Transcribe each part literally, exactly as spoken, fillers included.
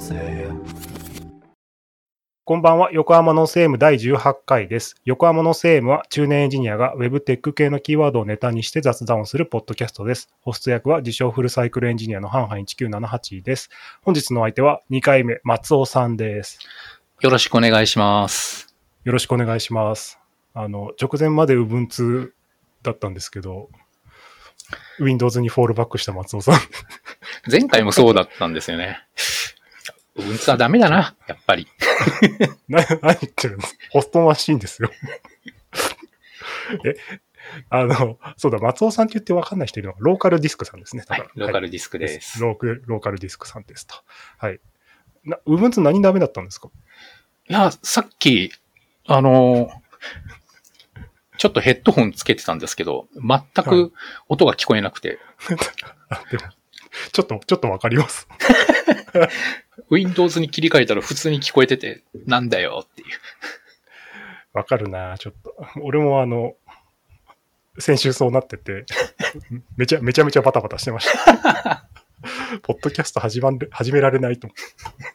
性。 こんばんは。横浜のセームだいじゅうはちかいです。横浜のセームは中年エンジニアが Web テック系のキーワードをネタにして雑談をするポッドキャストです。ホスト役は自称フルサイクルエンジニアのハンハンいちきゅうななはちです。本日の相手はにかいめ、松尾さんです。 よろしくお願いします。 よろしくお願いします。あの、直前まで Ubuntu だったんですけど、Windows にフォールバックした松尾さん。 前回もそうだったんですよね。Ubuntu はダメだな、やっぱり。 な何言ってるんですホストマシンですよ。え、あの、そうだ、松尾さんって言って分かんない人いるのが、ローカルディスクさんですね。 はい、ローカルディスクです。 はい、ローク、ローカルディスクさんですと。はい。な、Ubuntu 何ダメだったんですか？ いや、さっき、あの、ちょっとヘッドホンつけてたんですけど、全く音が聞こえなくて。 はい、でも、ちょっと、ちょっと分かります。 Windows に切り替えたら普通に聞こえてて、なんだよっていう。 わかるなちょっと。俺もあの、先週そうなってて、めちゃめちゃめちゃバタバタしてました。ポッドキャスト始まる、始められないと思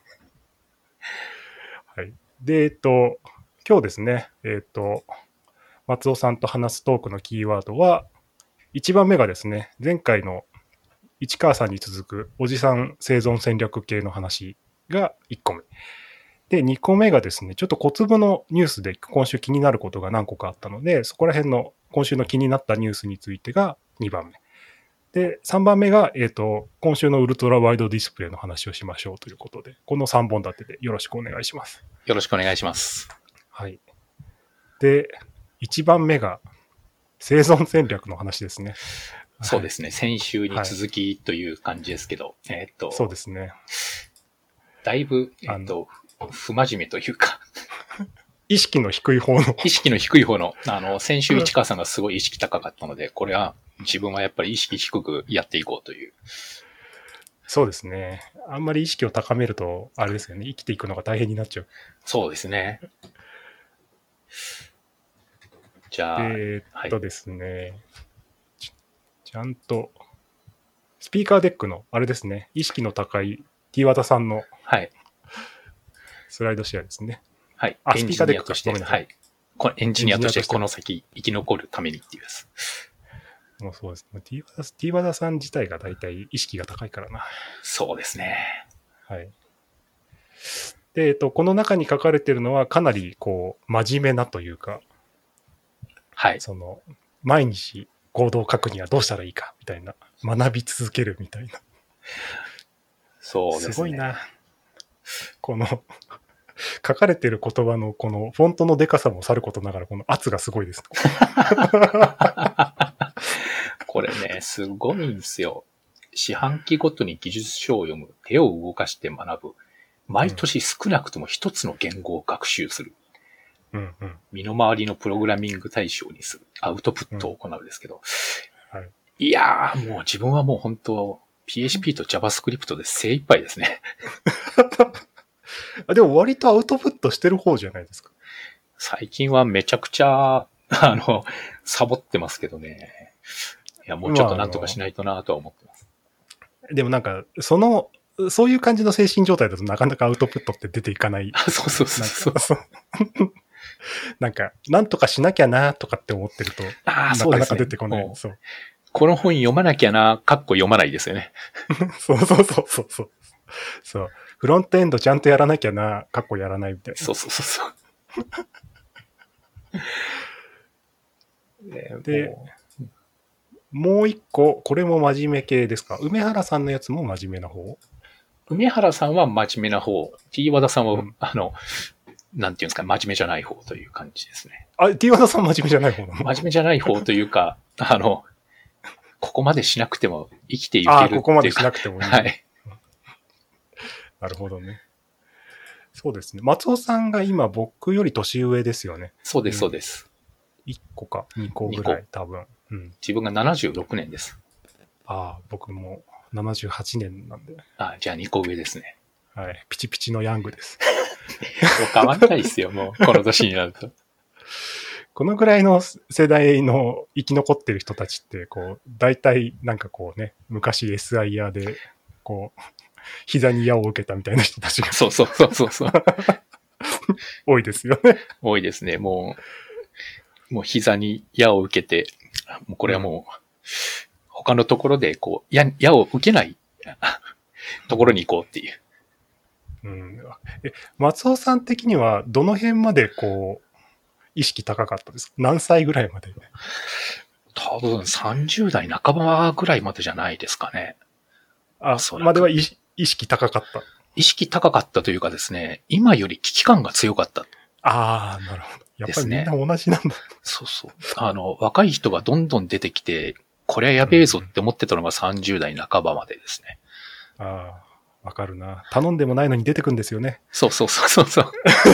う。はい。で、えっと、今日ですね、えっと、松尾さんと話すトークのキーワードは、いちばんめがですね、前回の市川さんに続くおじさん生存戦略系の話がいっこめ。で、にこめがですね、ちょっと小粒のニュースで今週気になることが何個かあったので、そこら辺の今週の気になったニュースについてがにばんめ。で、さんばんめが、えっと、今週のウルトラワイドディスプレイの話をしましょうということで、このさんぼん立てでよろしくお願いします。 よろしくお願いします。 はい。で、いちばんめが生存戦略の話ですね。 そうですね。はい、先週に続きという感じですけど、はい、えっと、 そうですね。 だいぶ、えっと、不真面目というか意識の低い方の。 意識の低い方の、あの、先週市川さんがすごい意識高かったので、これは自分はやっぱり意識低くやっていこうという。 そうですね。あんまり意識を高めると、あれですよね。生きていくのが大変になっちゃう。 そうですね。じゃあ、 えー、っとですね、はいち、ちゃんと、スピーカーデックの、あれですね、意識の高い T 和田さんの、 はい。 スライドシェアですね。 はい。 あ、スピーカーデックとして、はい。このエンジニアとしてこの先生き残るためにっていうやつ。 もうそうですね。T 和田、T 和田さん自体が大体意識が高いからな。 そうですね。 はい。で、えっと、この中に書かれているのはかなりこう、真面目なというか、 はい。 その、毎日行動を書くにはどうしたらいいかみたいな、学び続けるみたいな。 そうですね。 すごいな。この、書かれている言葉のこのフォントのデカさもさることながら、この圧がすごいです。 これね、すごいんですよ。四半期ごとに技術書を読む、手を動かして学ぶ、毎年少なくとも一つの言語を学習する。 うんうん、 身の回りのプログラミング対象にする。アウトプットを行うんですけど。 うんはい、 いやー、もう自分はもう本当、ピーエイチピー と JavaScript で精一杯ですね。 でも割とアウトプットしてる方じゃないですか。 最近はめちゃくちゃ、あの、サボってますけどね。いや、もうちょっとなんとかしないとなとは思ってます。 まあ、でもなんか、その、そういう感じの精神状態だとなかなかアウトプットって出ていかない。 あ、そうそうそうそう。 なんか、なんとかしなきゃなとかって思ってると、 あなかなか出てこない。そう。 この本読まなきゃな、かっこ読まないですよね。 そうそうそうそうそう。そう。フロントエンドちゃんとやらなきゃな、かっこやらないみたいな。 そうそうそうそう。 で、もう一個、これも真面目系ですか？梅原さんのやつも真面目な方？ 梅原さんは真面目な方。T 和田さんは、うん、あの、なんていうんですか、真面目じゃない方という感じですね。 あ、T 和田さん真面目じゃない方なの？ 真面目じゃない方というか、あの、ここまでしなくても生きていけるっていうか。 あ、ここまでしなくてもいい。 はい。 なるほどね。そうですね。松尾さんが今僕より年上ですよね。 そうです、そうです。 いっこかにこぐらい多分、 うん。自分がななじゅうろくねんです。 ああ、僕もななじゅうはちねんなんで。 ああ、じゃあにこ上ですね。 はい。ピチピチのヤングです。 もう変わんないですよ、もう、この年になると。 このぐらいの世代の生き残ってる人たちって、こう、大体なんかこうね、昔 エスアイアール で、こう、 膝に矢を受けたみたいな人たちがそうそうそうそうそう。 多いですよね。 多いですね。もう、もう膝に矢を受けて、もうこれはもう、他のところでこう、矢、矢を受けないところに行こうっていう。 うん、え松尾さん的にはどの辺までこう意識高かったですか？何歳ぐらいまで？ 多分さんじゅう代半ばぐらいまでじゃないですかね。 あ、までは意識高かった。 意識高かったというかですね、今より危機感が強かった。 ああ、なるほど。やっぱりみんな同じなんだ。 そうそう。あの、若い人がどんどん出てきて、これはやべえぞって思ってたのがさんじゅう代半ばまでですね。 うん、ああ、わかるな。頼んでもないのに出てくんですよね。 そうそうそうそうそう。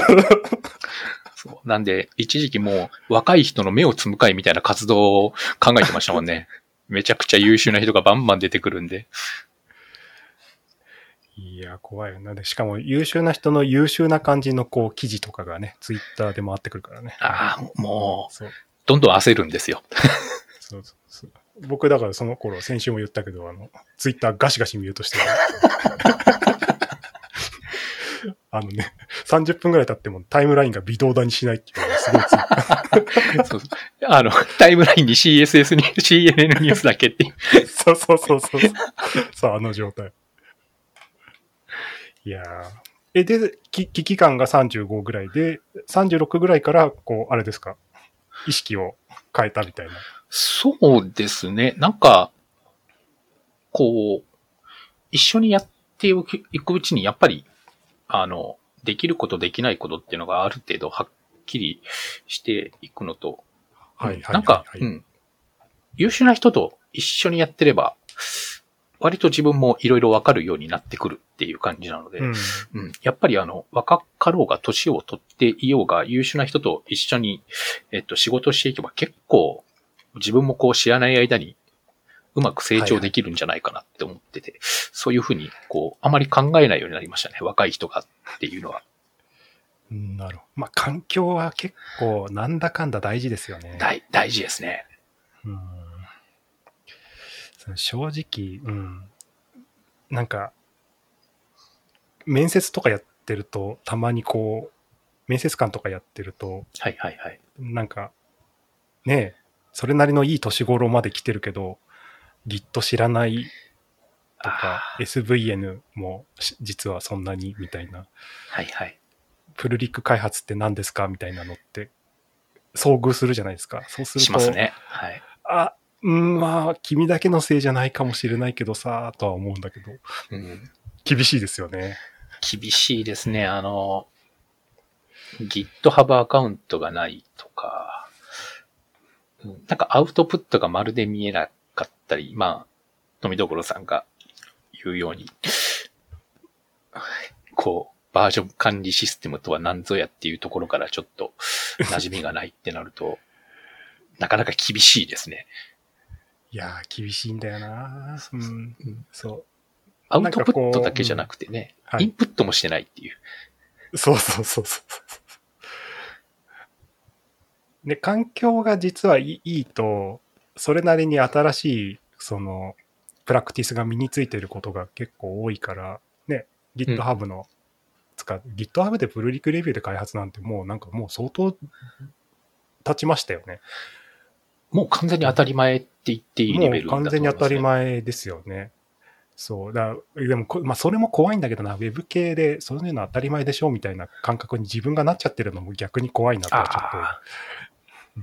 そうなんで、一時期もう若い人の目をつむかいみたいな活動を考えてましたもんね。めちゃくちゃ優秀な人がバンバン出てくるんで。 いや、怖いよな。で、しかも優秀な人の優秀な感じのこう記事とかがね、ツイッターで回ってくるからね。 ああ、もう、 そうどんどん焦るんですよ。 そうそうそう。僕だからその頃、先週も言ったけど、あの、ツイッターガシガシ見ようとしてる。あのね、さんじゅっぷんぐらい経ってもタイムラインが微動だにしないっていうのがすごいついそうそうあの、タイムラインに シーエスエス に、シーエヌエヌ ニュースだけっていう。 そうそうそうそう。さあ、あの状態。いやー。え、で、危機感がさんじゅうごぐらいで、さんじゅうろくぐらいから、こう、あれですか、意識を変えたみたいな。 そうですね。なんか、こう、一緒にやっていくうちに、やっぱり、あの、できることできないことっていうのがある程度はっきりしていくのと、 はいはいはい、はい。 なんか、うん。優秀な人と一緒にやってれば、割と自分もいろいろわかるようになってくるっていう感じなので、うんうん、やっぱりあの、若かろうが年を取っていようが優秀な人と一緒に、えっと、仕事をしていけば結構自分もこう知らない間にうまく成長できるんじゃないかなって思ってて、はいはい、そういうふうにこう、あまり考えないようになりましたね。若い人がっていうのは。 なるほど。まあ、環境は結構なんだかんだ大事ですよね。 大、大事ですね。 うん正直、うん。なんか、面接とかやってると、たまにこう、面接官とかやってると、 はいはいはい。 なんか、ねえ、それなりのいい年頃まで来てるけど、Git 知らないとか、エスブイエヌ も実はそんなにみたいな。 はいはい。 プルリク開発って何ですかみたいなのって、遭遇するじゃないですか。そうすると、 しますね。はい。 あ、うん、まあ、君だけのせいじゃないかもしれないけどさ、とは思うんだけど、 うん、 厳しいですよね。 厳しいですね。あの、GitHub アカウントがないとか、うん、なんかアウトプットがまるで見えなかったり、まあ、富所さんが言うように、こう、バージョン管理システムとは何ぞやっていうところからちょっと馴染みがないってなると、なかなか厳しいですね。 いやー、厳しいんだよな、うん、そう。 アウトプットだけじゃなくてね、うんはい、インプットもしてないっていう。 そうそうそうそう。で、環境が実はいいと、それなりに新しい、その、プラクティスが身についていることが結構多いから、ね、GitHub の使う、うん、GitHub でプルリクレビューで開発なんてもうなんかもう相当経ちましたよね。 もう完全に当たり前って言っていいレベルだと思いますね。 もう完全に当たり前ですよね。そう。だでも、まあ、それも怖いんだけどな、ウェブ系で、そういうの当たり前でしょみたいな感覚に自分がなっちゃってるのも逆に怖いなとはちょっと。 うん、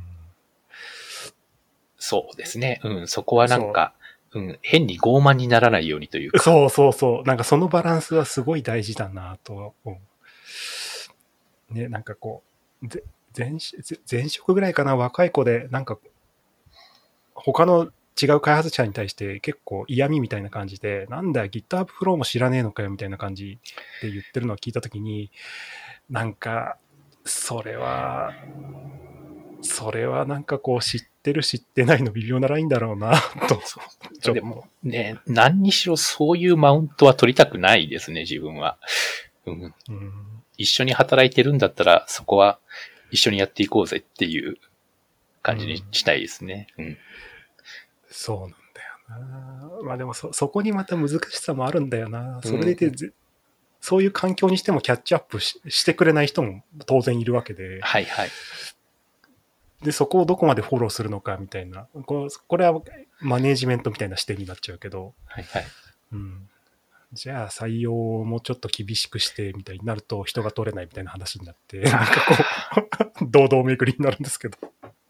そうですね。うん、そこはなんか、う、うん、変に傲慢にならないようにというか。 そうそうそう。なんかそのバランスはすごい大事だなと思う。ね、なんかこう、前、前職ぐらいかな、若い子で、なんか、他の違う開発者に対して結構嫌味みたいな感じで、なんだよ GitHub フローも知らねえのかよみたいな感じで言ってるのを聞いたときに、なんか、それは、それはなんかこう知ってる知ってないの微妙なラインだろうな、と。 ちょでもね、何にしろそういうマウントは取りたくないですね、自分は。うん。うん、一緒に働いてるんだったら、そこは一緒にやっていこうぜっていう感じにしたいですね。うん。うん、 そうなんだよあまあでもそ、そこにまた難しさもあるんだよな。それでいて、うん、そういう環境にしてもキャッチアップ し, してくれない人も当然いるわけで、 はいはい。 で、そこをどこまでフォローするのかみたいな、こ, これはマネージメントみたいな視点になっちゃうけど、 はいはい。 うん、じゃあ採用をもうちょっと厳しくしてみたいになると人が取れないみたいな話になって、なんかこう、堂々巡りになるんですけど。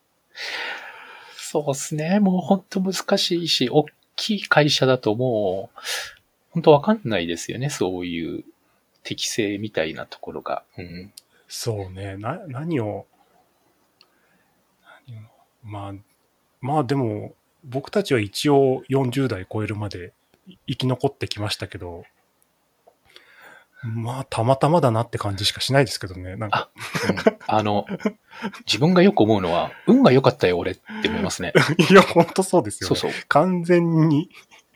そうですね。もう本当難しいし、大きい会社だともう、本当わかんないですよね。そういう適性みたいなところが。うん、 そうね。な、何を、何を、まあ、まあでも、僕たちは一応よんじゅう代超えるまで生き残ってきましたけど、まあ、たまたまだなって感じしかしないですけどね。なんかあ、うん、あの、自分がよく思うのは、運が良かったよ、俺って思いますね。 いや、本当そうですよね。 そうそう。 完全に。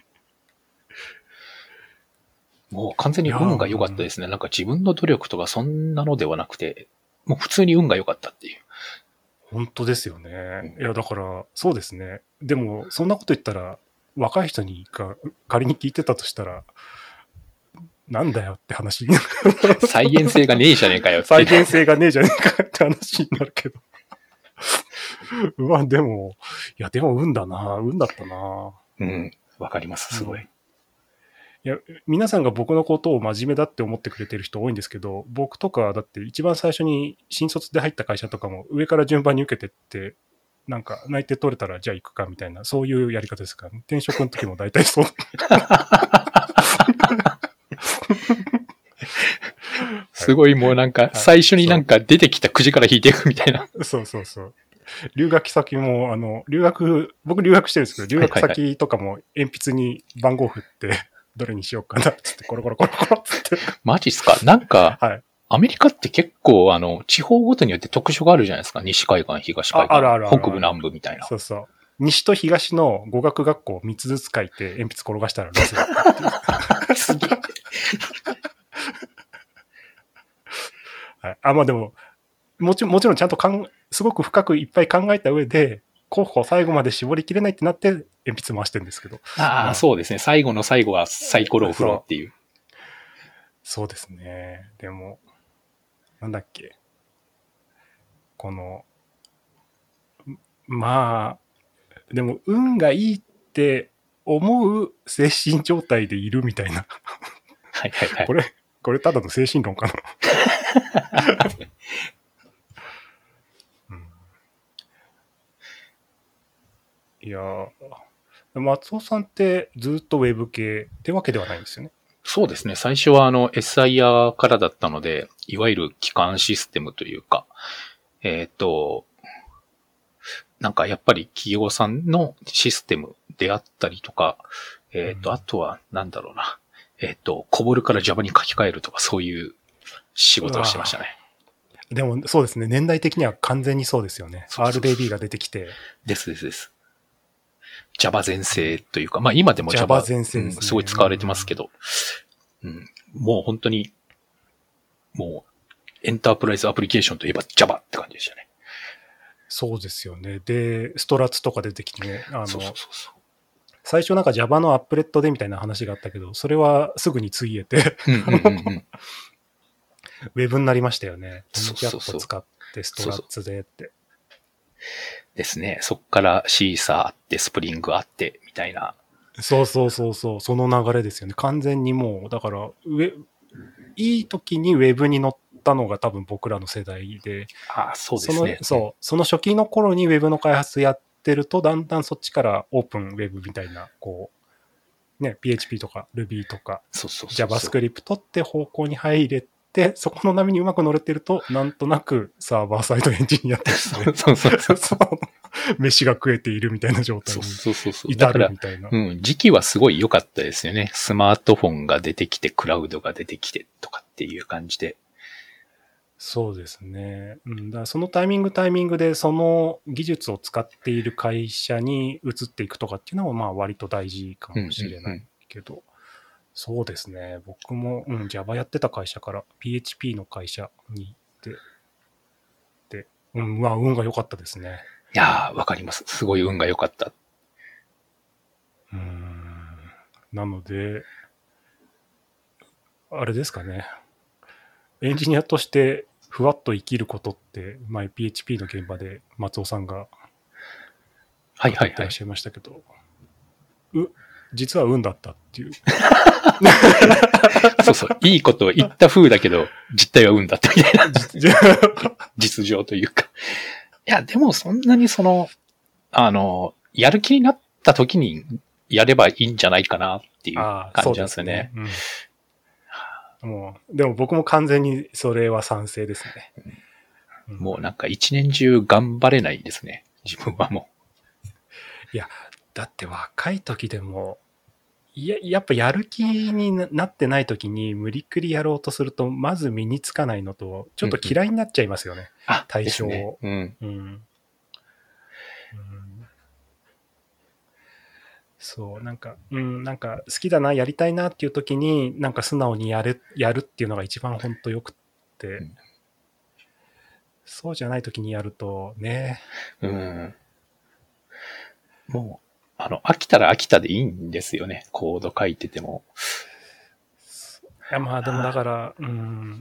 もう完全に運が良かったですね。なんか自分の努力とかそんなのではなくて、もう普通に運が良かったっていう。 本当ですよね。うん、いや、だから、そうですね。でも、そんなこと言ったら、若い人にか仮に聞いてたとしたら、なんだよって話になる。 再現性がねえじゃねえかよって。 再現性がねえじゃねえかって話になるけど。まあでも、いやでも運だな、運だったな。 うん、わかります、すごい。 うん、いや、皆さんが僕のことを真面目だって思ってくれてる人多いんですけど、僕とかだって一番最初に新卒で入った会社とかも上から順番に受けてって、なんか内定取れたらじゃあ行くかみたいな、そういうやり方ですから、ね、転職の時も大体そう。 すごいもうなんか、最初になんか出てきたくじから引いていくみたいな。 そうそうそう。留学先も、あの、留学、僕留学してるんですけど、留学先とかも鉛筆に番号振って、どれにしようかなっつって、コロコロコロコロっつって。 マジっすか？なんか、はい、アメリカって結構、あの、地方ごとによって特殊があるじゃないですか。西海岸、東海岸、あるあるある北部、南部みたいな。 そうそう。西と東の語学学校みっつずつ書いて、鉛筆転がしたらロスだったっていう。すげえ。はい、あ、まあでも、もちろん、もちろんちゃんとかん、すごく深くいっぱい考えた上で、候補最後まで絞りきれないってなって、鉛筆回してるんですけど。 ああ、まあ、そうですね。最後の最後はサイコロを振ろうっていう。 そう、そうですね。でも、なんだっけ。この、まあ、でも、運がいいって思う精神状態でいるみたいな。 はいはいはい。 これ、これただの精神論かな。うん、いや松尾さんってずっとウェブ系ってわけではないんですよね。 そうですね。最初はあの エスアイアール からだったので、いわゆる基幹システムというか、えっと、なんかやっぱり企業さんのシステムであったりとか、えっと、うん、あとはなんだろうな。えっと、コボルから Java に書き換えるとかそういう仕事をしてましたね。 でもそうですね。年代的には完全にそうですよね。そうそうそう アールディービー が出てきて。 ですですです。Java 全盛というか、まあ今でも Java 全盛ですね、うん、すごい使われてますけど、うん、もう本当に、もうエンタープライズアプリケーションといえば Java って感じでしたね。 そうですよね。で、ストラッツとか出てきてね、あの、 そうそうそうそう、 最初なんか Java のアップレットでみたいな話があったけど、それはすぐについえて、 うんうんうんうん、 ウェブになりましたよね。トムキャット使ってストラッツでって。そうそうですね。そっからシーサーあって、スプリングあって、みたいな。 そうそうそうそう、その流れですよね。完全にもう、だから、ウェいい時にウェブに乗ったのが多分僕らの世代で、 ああ、そうですね。 その、そう、その初期の頃にウェブの開発やってると、だんだんそっちからオープンウェブみたいな、こう、ね、ピーエイチピー とか Ruby とか、 そうそうそうそう JavaScript って方向に入れて、そこの波にうまく乗れてると、なんとなくサーバーサイドエンジニアとして、 そうそうそうそう。 飯が食えているみたいな状態に至るみたいな。 うん、時期はすごい良かったですよね。スマートフォンが出てきて、クラウドが出てきてとかっていう感じで。 そうですね。うん、だからそのタイミングタイミングでその技術を使っている会社に移っていくとかっていうのはまあ割と大事かもしれないけど、うんうんうん、そうですね。僕も、うん、Java やってた会社から ピーエイチピー の会社に行って、で、うん、まあ運が良かったですね。 いやー、わかります。すごい運が良かった。 うんなので、あれですかね。エンジニアとしてふわっと生きることって、前 ピーエイチピー の現場で松尾さんがはいはいはい語ってらっしゃいましたけど、う、実は運だったっていう。 そうそう。いいことを言った風だけど、実態は運だったみたいな。実情というか。いや、でもそんなにその、あの、やる気になった時にやればいいんじゃないかなっていう感じなんですよね。 うん、もう、でも僕も完全にそれは賛成ですね。 うん、もうなんか一年中頑張れないですね。自分はもう。 いや、だって若い時でも、いや、やっぱやる気になってない時に無理くりやろうとすると、まず身につかないのと、ちょっと嫌いになっちゃいますよね。うんうん、対象を。ね、うん、うんうん。そう、なんか、うん、なんか好きだな、やりたいなっていう時に、なんか素直にやる、やるっていうのが一番本当よくって、うん、そうじゃない時にやるとね。 うん。もう、あの、飽きたら飽きたでいいんですよね。コード書いてても。 いや、まあでもだから、うん、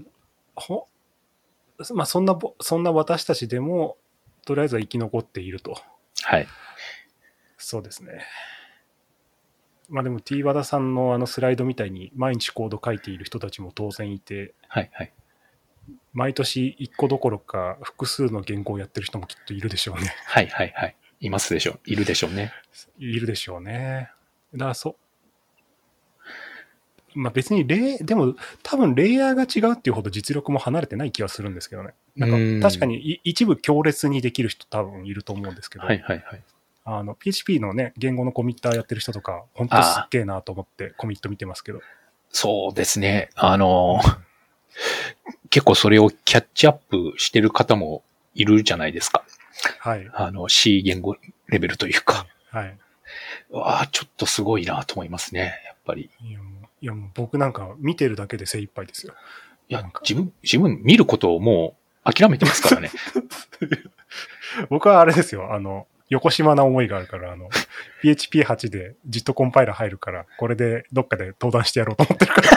ほ、まあそんな、そんな私たちでも、とりあえずは生き残っていると。 はい。 そうですね。まあでも T 和田さんのあのスライドみたいに毎日コード書いている人たちも当然いて、 はいはい。 毎年いっこどころか複数の言語をやってる人もきっといるでしょうね。 はいはいはい。いますでしょう。いるでしょうね。 いるでしょうね。だからそ、まあ別にレイ、でも多分レイヤーが違うっていうほど実力も離れてない気はするんですけどね。なんか確かに一部強烈にできる人多分いると思うんですけど。 はいはいはい。 あの ピーエイチピー のね、言語のコミッターやってる人とか、本当すっげえなと思ってコミット見てますけど。 そうですね。あの、うん、結構それをキャッチアップしてる方もいるじゃないですか。 はい。 あの C 言語レベルというか。 はい。 わあ、ちょっとすごいなと思いますね。やっぱり。 いやもう、いやもう僕なんか見てるだけで精一杯ですよ。 いや、自分、自分見ることをもう諦めてますからね。 僕はあれですよ。あの、横島な思いがあるから、あの、ピーエイチピーエイト でジットコンパイラー入るから、これでどっかで登壇してやろうと思ってるから。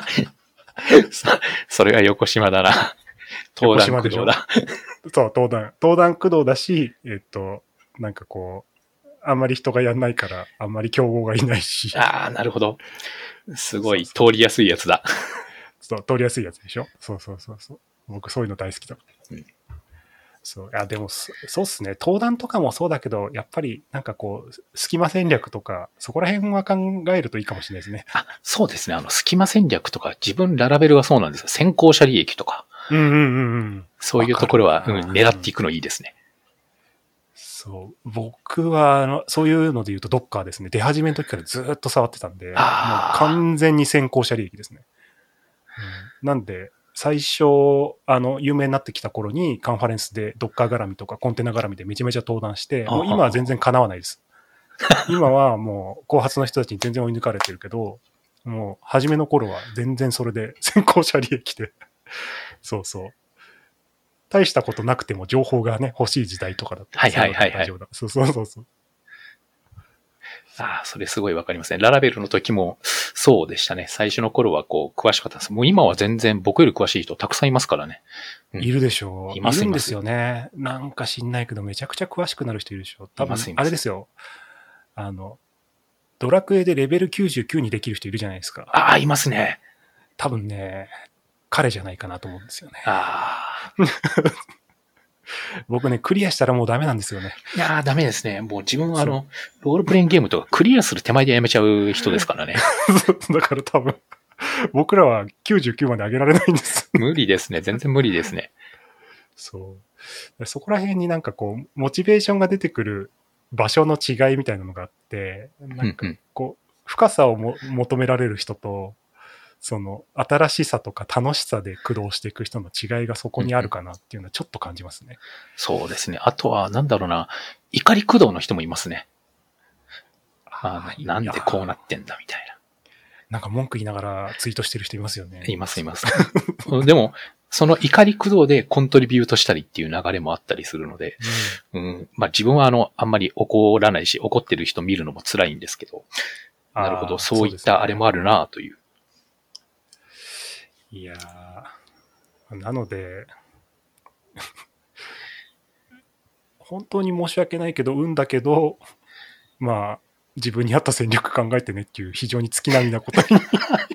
そ, それは横島だな。登壇駆動だ。 そう、登壇。登壇駆動だし、えっと、なんかこう、あんまり人がやんないから、あんまり競合がいないし。 ああ、なるほど。すごい通りやすいやつだ。 そう、通りやすいやつでしょ。そうそうそうそう。僕そういうの大好きだ。うん、そう。いや、でも、そうっすね。登壇とかもそうだけど、やっぱり、なんかこう、隙間戦略とか、そこら辺は考えるといいかもしれないですね。 あ、そうですね。あの、隙間戦略とか、自分ララベルがそうなんですよ。先行者利益とか。 うんうんうんうん。 そういうところは、うん、狙っていくのいいですね。 そう。僕は、あの、そういうので言うと、ドッカーですね。出始めの時からずっと触ってたんで、もう完全に先行者利益ですね。うん、なんで、最初、あの、有名になってきた頃に、カンファレンスでドッカー絡みとかコンテナ絡みでめちゃめちゃ登壇して、もう今は全然叶わないです。今はもう、後発の人たちに全然追い抜かれてるけど、もう、初めの頃は全然それで先行者利益で、そうそう。大したことなくても情報がね、欲しい時代とかだったら、 はいはいはいはい。 そうそうそうそう。 ああ、それすごいわかりますね。ララベルの時もそうでしたね。最初の頃はこう、詳しかったです。もう今は全然僕より詳しい人たくさんいますからね。 うん、いるでしょう。 いますいるんですよね。なんか知んないけど、めちゃくちゃ詳しくなる人いるでしょ。多分、あれですよ。あの、ドラクエでレベルきゅうじゅうきゅうにできる人いるじゃないですか。 ああ、いますね。 多分ね、彼じゃないかなと思うんですよね。 ああ。 僕ね、クリアしたらもうダメなんですよね。 いやー、ダメですね。もう自分はあの、ロールプレインゲームとかクリアする手前でやめちゃう人ですからね。 だから多分、僕らはきゅうじゅうきゅうまで上げられないんです。 無理ですね。全然無理ですね。 そう。そこら辺になんかこう、モチベーションが出てくる場所の違いみたいなのがあって、なんかこう、深さをも求められる人と、その新しさとか楽しさで駆動していく人の違いがそこにあるかなっていうのはちょっと感じますね。 そうですね。あとは、なんだろうな、怒り駆動の人もいますね。あのなんでこうなってんだみたいな。 なんか文句言いながらツイートしてる人いますよね。 いますいます。でも、その怒り駆動でコントリビュートしたりっていう流れもあったりするので、うんうん、まあ自分はあの、あんまり怒らないし、怒ってる人見るのも辛いんですけど、 なるほど、そういったあれもあるなという。 いやー、なので、本当に申し訳ないけど、運だけど、まあ、自分に合った戦略考えてねっていう非常に月並みなことに。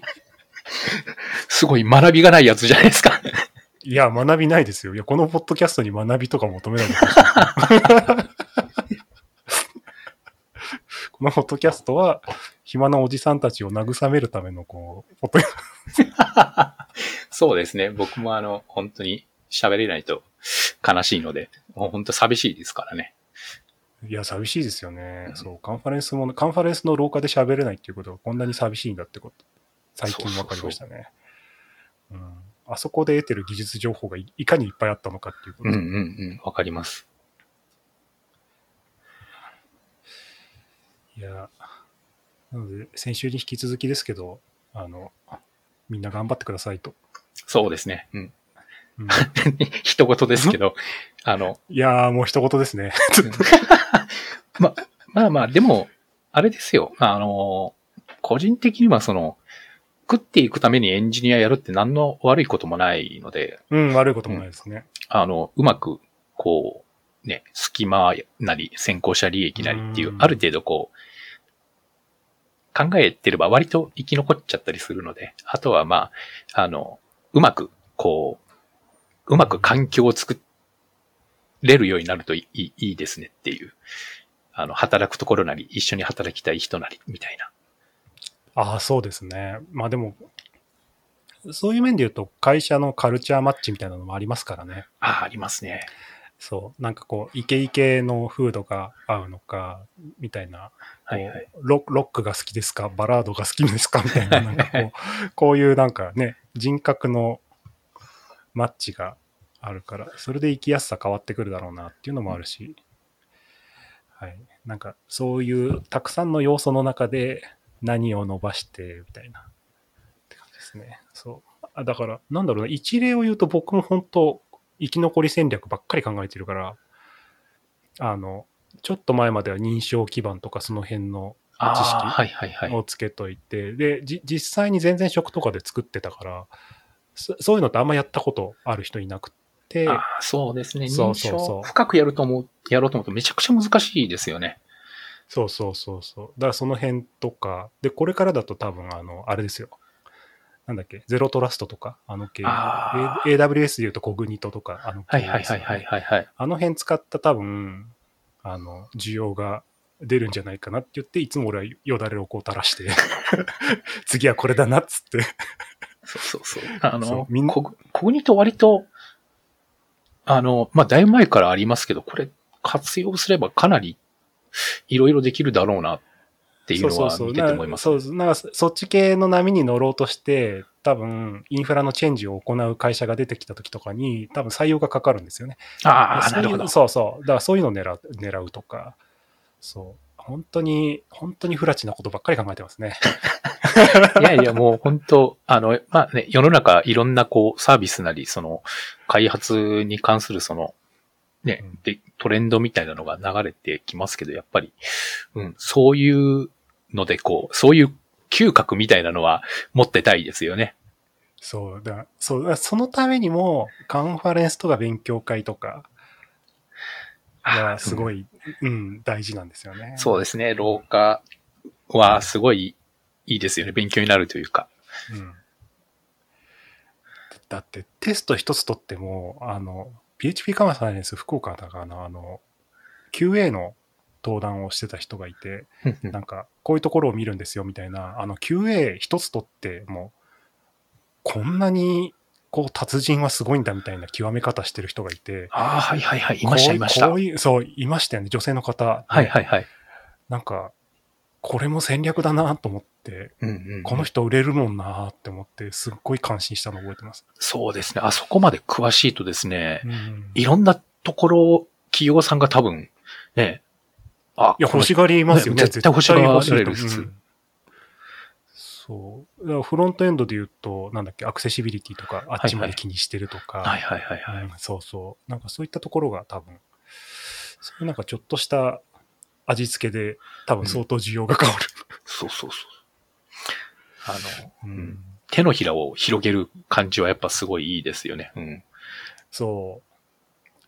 すごい学びがないやつじゃないですか。 いや、学びないですよ。いや、このポッドキャストに学びとか求めないでほしい。このポッドキャストは、暇なおじさんたちを慰めるための、こう、ポッドキャスト。 そうですね。僕もあの、本当に喋れないと悲しいので、もう本当寂しいですからね。 いや、寂しいですよね。うん、そう、カンファレンスも、カンファレンスの廊下で喋れないっていうことがこんなに寂しいんだってこと、最近分かりましたね。そうそうそう、うん。あそこで得てる技術情報が い, いかにいっぱいあったのかっていうこと。 うんうんうん、わかります。 いや、なので、先週に引き続きですけど、あの、みんな頑張ってくださいと。 そうですね。うん。 うん、 一言ですけど、あの。 いやー、もう一言ですね。 ま、まあまあ、でも、あれですよ。あの、個人的にはその、食っていくためにエンジニアやるって何の悪いこともないので。 うん、悪いこともないですね。 うん、あの、うまく、こう、ね、隙間なり、先行者利益なりっていう、ある程度こう、考えてれば割と生き残っちゃったりするので、あとはまあ、あの、うまく、こう、うまく環境を作れるようになるといい、いいですねっていう。あの、働くところなり、一緒に働きたい人なり、みたいな。 ああ、そうですね。まあでも、そういう面で言うと、会社のカルチャーマッチみたいなのもありますからね。 ああ、ありますね。 そう。なんかこう、イケイケの風土が合うのか、みたいな。 はいはい、 ロ, ロックが好きですか、バラードが好きですかみたいな、なんかこう、こういうなんかね、人格のマッチがあるから、それで生きやすさ変わってくるだろうなっていうのもあるし、はい。なんかそういうたくさんの要素の中で何を伸ばしてみたいなって感じですね。そう。だから、なんだろうな、一例を言うと僕も本当、生き残り戦略ばっかり考えてるから、あの、ちょっと前までは認証基盤とかその辺の知識をつけといて、はいはいはい、で、実際に全然職とかで作ってたからそ、そういうのってあんまやったことある人いなくて。 あそうですね。認証深くやると思う、やろうと思うとめちゃくちゃ難しいですよね。 そうそうそうそう。だからその辺とか、で、これからだと多分、あの、あれですよ。なんだっけ、ゼロトラストとか、あの系、エーダブリューエス で言うとコグニトとか、あの系ですよね。はいはいはいはい、はい。あの辺使った多分、あの、需要が出るんじゃないかなって言って、いつも俺はよだれをこう垂らして、次はこれだなっつって。 そうそうそう。あの、みんなコグ、コグニト割と、あの、まあ、だいぶ前からありますけど、これ活用すればかなりいろいろできるだろうなっていうのは見てて思います、ね。 そうそうそう。なんかそっち系の波に乗ろうとして、多分インフラのチェンジを行う会社が出てきた時とかに、多分採用がかかるんですよね。 ああ、なるほど。 そうそう。だからそういうのを狙う、狙うとか、そう。本当に、本当に不埒なことばっかり考えてますね。 いやいや、もう本当、あの、まあね、世の中いろんなこうサービスなり、その開発に関するその、ね、うん、で、トレンドみたいなのが流れてきますけど、やっぱり、うん、そういうのでこう、そういう嗅覚みたいなのは持ってたいですよね。 そうだ、そうだ、そのためにも、カンファレンスとか勉強会とか、はすごい、うん、うん、大事なんですよね。 そうですね。廊下はすごいいいですよね。勉強になるというか。 うん、だってテスト一つ取っても、あの、ピーエイチピー カンファレンス福岡だからな、あの、キューエー の登壇をしてた人がいて、なんか、こういうところを見るんですよみたいな、あの、キューエー 一つ取っても、こんなに、こう、達人はすごいんだみたいな極め方してる人がいて。 ああ、はいはいはい。いました、いました。 こういう、そう、いましたよね、女性の方。 はいはいはい。 なんか、これも戦略だなと思って、うんうんうん、この人売れるもんなって思って、すっごい感心したのを覚えてます。 そうですね。あそこまで詳しいとですね、うん、いろんなところ、企業さんが多分、ね、 あ、いや、欲しがりますよね。 絶対欲しがれる、普通。 そう。だからフロントエンドで言うと、なんだっけ、アクセシビリティとか、あっちまで気にしてるとか。 はいはいはいはい、はい、 うん。そうそう。なんかそういったところが多分、そういうなんかちょっとした味付けで、多分相当需要が変わる。 うん、 そうそうそう。あの、 うんうん、手のひらを広げる感じはやっぱすごいいいですよね。うん、 そう。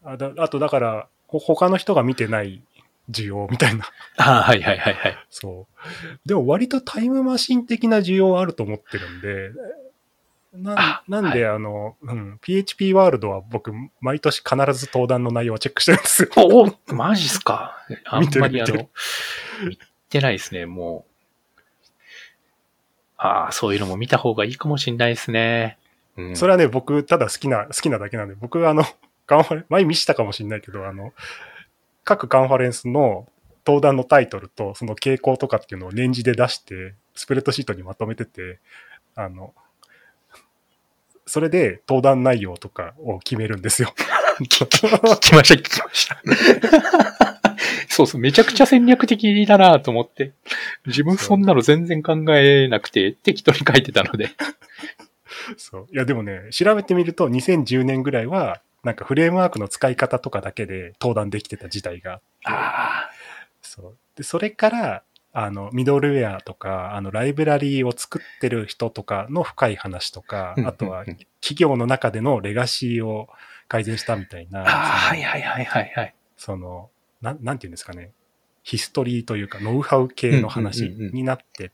あ, だあとだから、ほ他の人が見てない需要みたいな。 ああ、はいはいはいはい。 そう。でも割とタイムマシン的な需要はあると思ってるんで、ななんで、はい、あの、うん、ピーエイチピー ワールドは僕、毎年必ず登壇の内容をチェックしてるんですよ。 おお、マジっすか。あんまりあの、見てないですね、もう。ああ、そういうのも見た方がいいかもしれないですね。 うん、それはね、僕、ただ好きな、好きなだけなんで、僕、あの、カンファレンス、前見したかもしれないけど、あの、各カンファレンスの登壇のタイトルと、その傾向とかっていうのを年次で出して、スプレッドシートにまとめてて、あの、それで登壇内容とかを決めるんですよ。 聞きました、聞きました。そうそう、めちゃくちゃ戦略的だなと思って。自分そんなの全然考えなくて、適当に書いてたので。 そう。いや、でもね、調べてみると、にせんじゅうねんぐらいは、なんかフレームワークの使い方とかだけで登壇できてた時代があって。 ああ。そう。 で、それから、あの、ミドルウェアとか、あの、ライブラリーを作ってる人とかの深い話とか、あとは、企業の中でのレガシーを改善したみたいな。 ああ、はいはいはいはいはい。 その、ななんていうんですかね。ヒストリーというか、ノウハウ系の話になってって、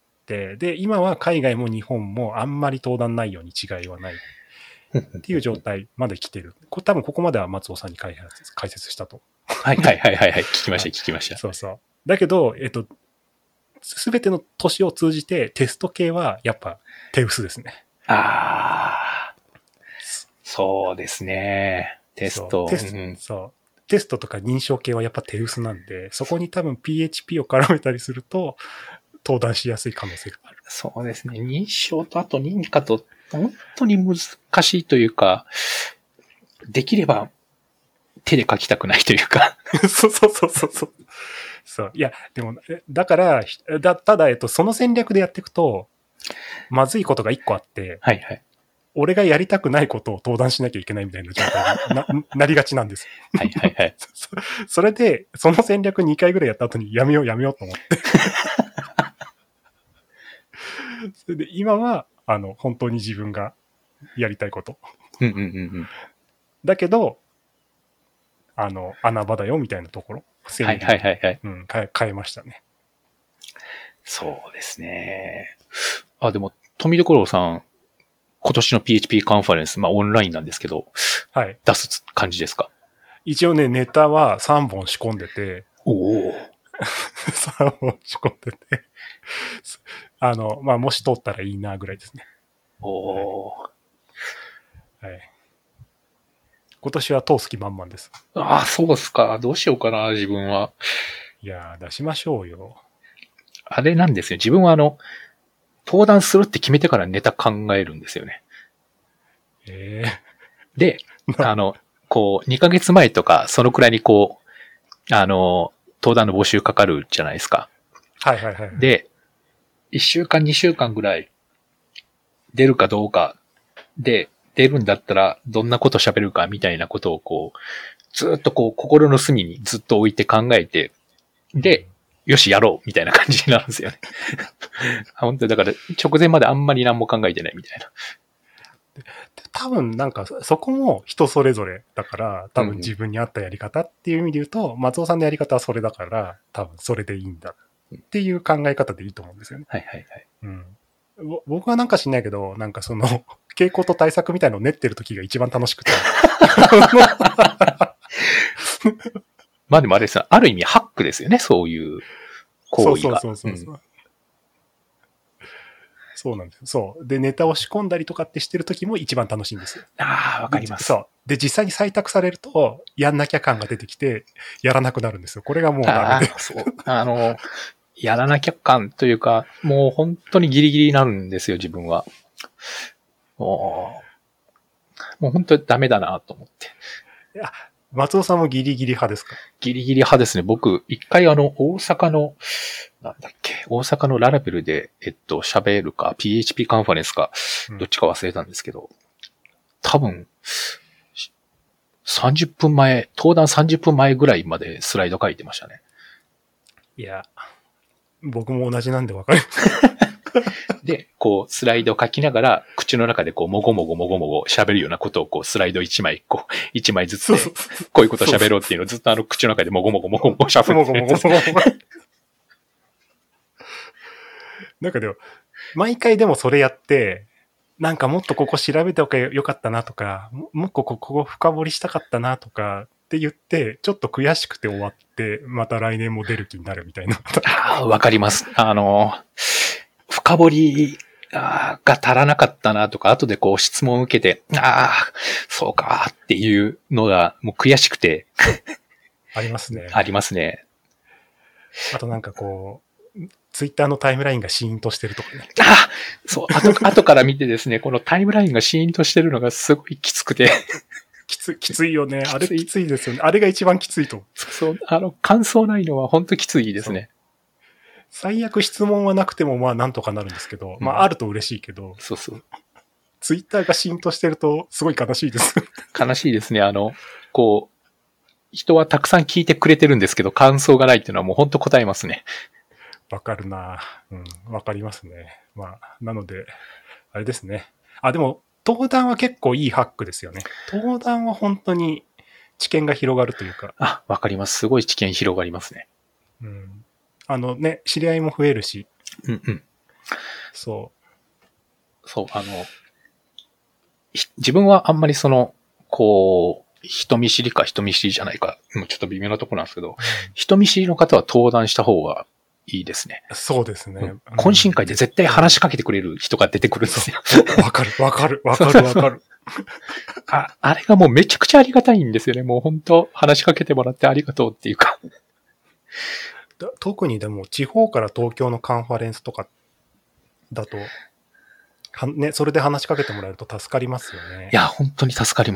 で、今は海外も日本もあんまり登壇内容に違いはないっていう状態まで来てる。これ多分ここまでは松尾さんに解説、解説したと。 はいはいはいはいはい。聞きました聞きました。 そうそう。だけど、えっと、すべての年を通じてテスト系はやっぱ手薄ですね。 ああ。そうですね。テスト。 テスト、うん、そう。テストとか認証系はやっぱ手薄なんで、そこに多分 ピーエイチピー を絡めたりすると、登壇しやすい可能性がある。 そうですね。認証とあと認可と、本当に難しいというか、できれば手で書きたくないというか。 そうそうそうそうそう。そう。いや、でも、だから、だただ、えっと、その戦略でやっていくと、まずいことが一個あって、 はいはい。 俺がやりたくないことを登壇しなきゃいけないみたいな状態に な, なりがちなんです。 はいはいはいそ。それで、その戦略にかいぐらいやった後にやめようやめようと思って。それで今は、あの、本当に自分がやりたいこと。 うんうんうんうん。 だけど、あの、穴場だよみたいなところ。 はいはいはいはい。 うん、変え、変えましたね。 そうですね。あ、でも、富所さん、今年の ピーエイチピー カンファレンス、まあオンラインなんですけど、 はい。 出す感じですか？ 一応ね、ネタはさんぼん仕込んでて、 おお。 さんぼん仕込んでて、あの、まあ、もし通ったらいいなぐらいですね。 おお、 はい。はい。今年は通す気満々です。 ああ、そうっすか。どうしようかな、自分は。 いやー、出しましょうよ。 あれなんですよ。自分はあの、登壇するって決めてからネタ考えるんですよね。 えー、で、あの、こう、にかげつまえとか、そのくらいにこう、あの、登壇の募集かかるじゃないですか。 はいはいはい。 で、いっしゅうかん、にしゅうかんぐらい出るかどうかで、出るんだったらどんなこと喋るかみたいなことをこう、ずっとこう心の隅にずっと置いて考えて、で、よしやろうみたいな感じになるんですよね。本当にだから直前まであんまり何も考えてないみたいな。 多分なんかそこも人それぞれだから、多分自分に合ったやり方っていう意味で言うと、うん、松尾さんのやり方はそれだから、多分それでいいんだっていう考え方でいいと思うんですよね。 はいはいはい。 うん、僕はなんか知んないけど、なんかその傾向と対策みたいのを練ってる時が一番楽しくて。 まあでもあれですよ、ある意味ハックですよね、そういう行為が。 そうそうそうそう、うん。そうなんですよ。そう。で、ネタを仕込んだりとかってしてる時も一番楽しいんですよ。 ああ、わかります。 そう。で、実際に採択されると、やんなきゃ感が出てきて、やらなくなるんですよ。これがもうダメで。 あそう。あの、やらなきゃ感というか、もう本当にギリギリになるんですよ、自分は。もう、もう本当にダメだなと思って。 いや、松尾さんもギリギリ派ですか？ ギリギリ派ですね。僕、一回あの、大阪の、なんだっけ、大阪のララベルで、えっと、喋るか、ピーエイチピー カンファレンスか、どっちか忘れたんですけど、うん、多分、さんじゅっぷんまえ、登壇さんじゅっぷんまえぐらいまでスライド書いてましたね。 いや、 僕も同じなんでわかる。 で、こう、スライドを書きながら、口の中でこう、もごもごもごもご喋るようなことを、こう、スライド一枚、こう、一枚ずつで、こういうことを喋ろうっていうのをずっとあの、口の中でもごもごもごもご喋って。 もごもごもごもご。なんかでも、毎回でもそれやって、なんかもっとここ調べておけばよかったなとか、ももっとここ深掘りしたかったなとかって言って、ちょっと悔しくて終わって、また来年も出る気になるみたいな。 ああ、わかります。あの、深掘りが足らなかったなとか、後でこう質問を受けて、ああ、そうかっていうのがもう悔しくて。 ありますね。 ありますね。 あとなんかこう、ツイッターのタイムラインがシーンとしてるとかね。 あそう、後、後から見てですね、このタイムラインがシーンとしてるのがすごいきつくて。 きつい、きついよね。あれきついですよね。あれが一番きついと。 そう、あの、感想ないのは本当きついですね。 最悪質問はなくてもまあなんとかなるんですけど、うん、まああると嬉しいけど。 そうそう。 ツイッターがシーンとしてるとすごい悲しいです。 悲しいですね。あの、こう、人はたくさん聞いてくれてるんですけど、感想がないっていうのはもう本当答えますね。 わかるな。うん、わかりますね。まあ、なので、あれですね。あ、でも、登壇は結構いいハックですよね。登壇は本当に知見が広がるというか。 あ、わかります。すごい知見広がりますね。 うん。あのね、知り合いも増えるし。 うんうん。 そう。 そう、あの、自分はあんまりその、こう、人見知りか人見知りじゃないか、もうちょっと微妙なところなんですけど、うん、人見知りの方は登壇した方がいいですね。 そうですね。 懇親会で絶対話しかけてくれる人が出てくるんですよ。 わかる、わかる、わかる、わかる。 あ、あれがもうめちゃくちゃありがたいんですよね。もう本当話しかけてもらってありがとうっていうか。 特にでも地方から東京のカンファレンスとかだと、はね、それで話しかけてもらえると助かりますよね。 いや、本当に助かります。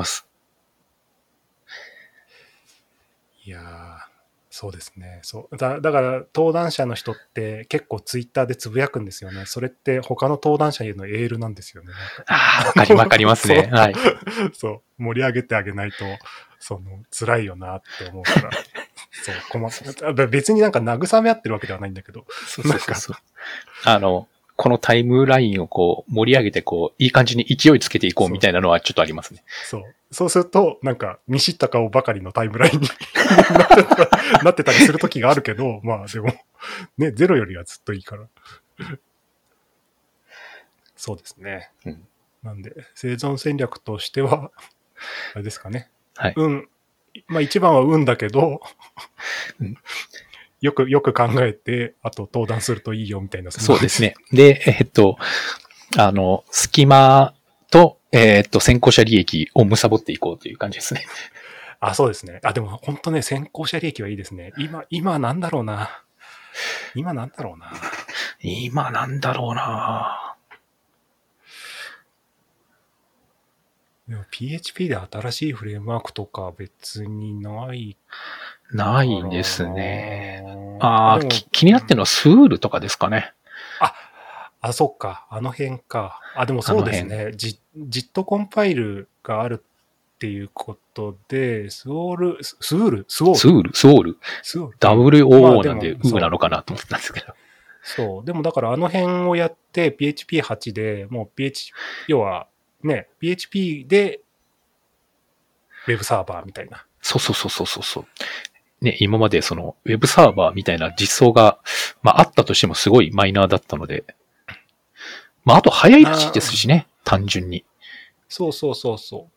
いやー、そうですね。そうだ、だから登壇者の人って結構ツイッターでつぶやくんですよね。それって他の登壇者へのエールなんですよね。 ああ、わかりわかりますね。はい。 そう、盛り上げてあげないと、その辛いよなって思うから。そう、困っ別になんか慰め合ってるわけではないんだけど。 そうそうそうそう。あの、このタイムラインをこう盛り上げてこう、いい感じに勢いつけていこうみたいなのはちょっとありますね。 そう。そうすると、なんか見知った顔ばかりのタイムラインにな, ってたなってたりする時があるけど、まあでも、ね、ゼロよりはずっといいから。そうですね。うん、なんで、生存戦略としては、あれですかね。 はい。 運、うん、まあ一番は運だけど、うんよく、よく考えて、あと登壇するといいよみたいな。 そうですね。で、えっと、あの、隙間と、えっと、先行者利益を貪っていこうという感じですね。 あ、そうですね。あ、でも本当ね、先行者利益はいいですね。今、今なんだろうな。今なんだろうな。 今なんだろうな。 でも ピーエイチピー で新しいフレームワークとか別にないないですね。ああ、気になってるのはスウールとかですかね。 あ、あ、そっか。あの辺か。あ、でもそうですね。ジットコンパイルがあるっていうことで、スオール、スウールスウォールスウールスウォールスウールダブリューオー なんで、ウーなのかなと思ったんですけど。 そう。でもだからあの辺をやって ピーエイチピーエイト で、もう ピーエイチ、要はね、ピーエイチピー でウェブサーバーみたいな。 そうそうそうそうそう。ね、今までそのウェブサーバーみたいな実装が、まああったとしてもすごいマイナーだったので、まああと早いらしいですしね、単純に。 そうそうそうそう。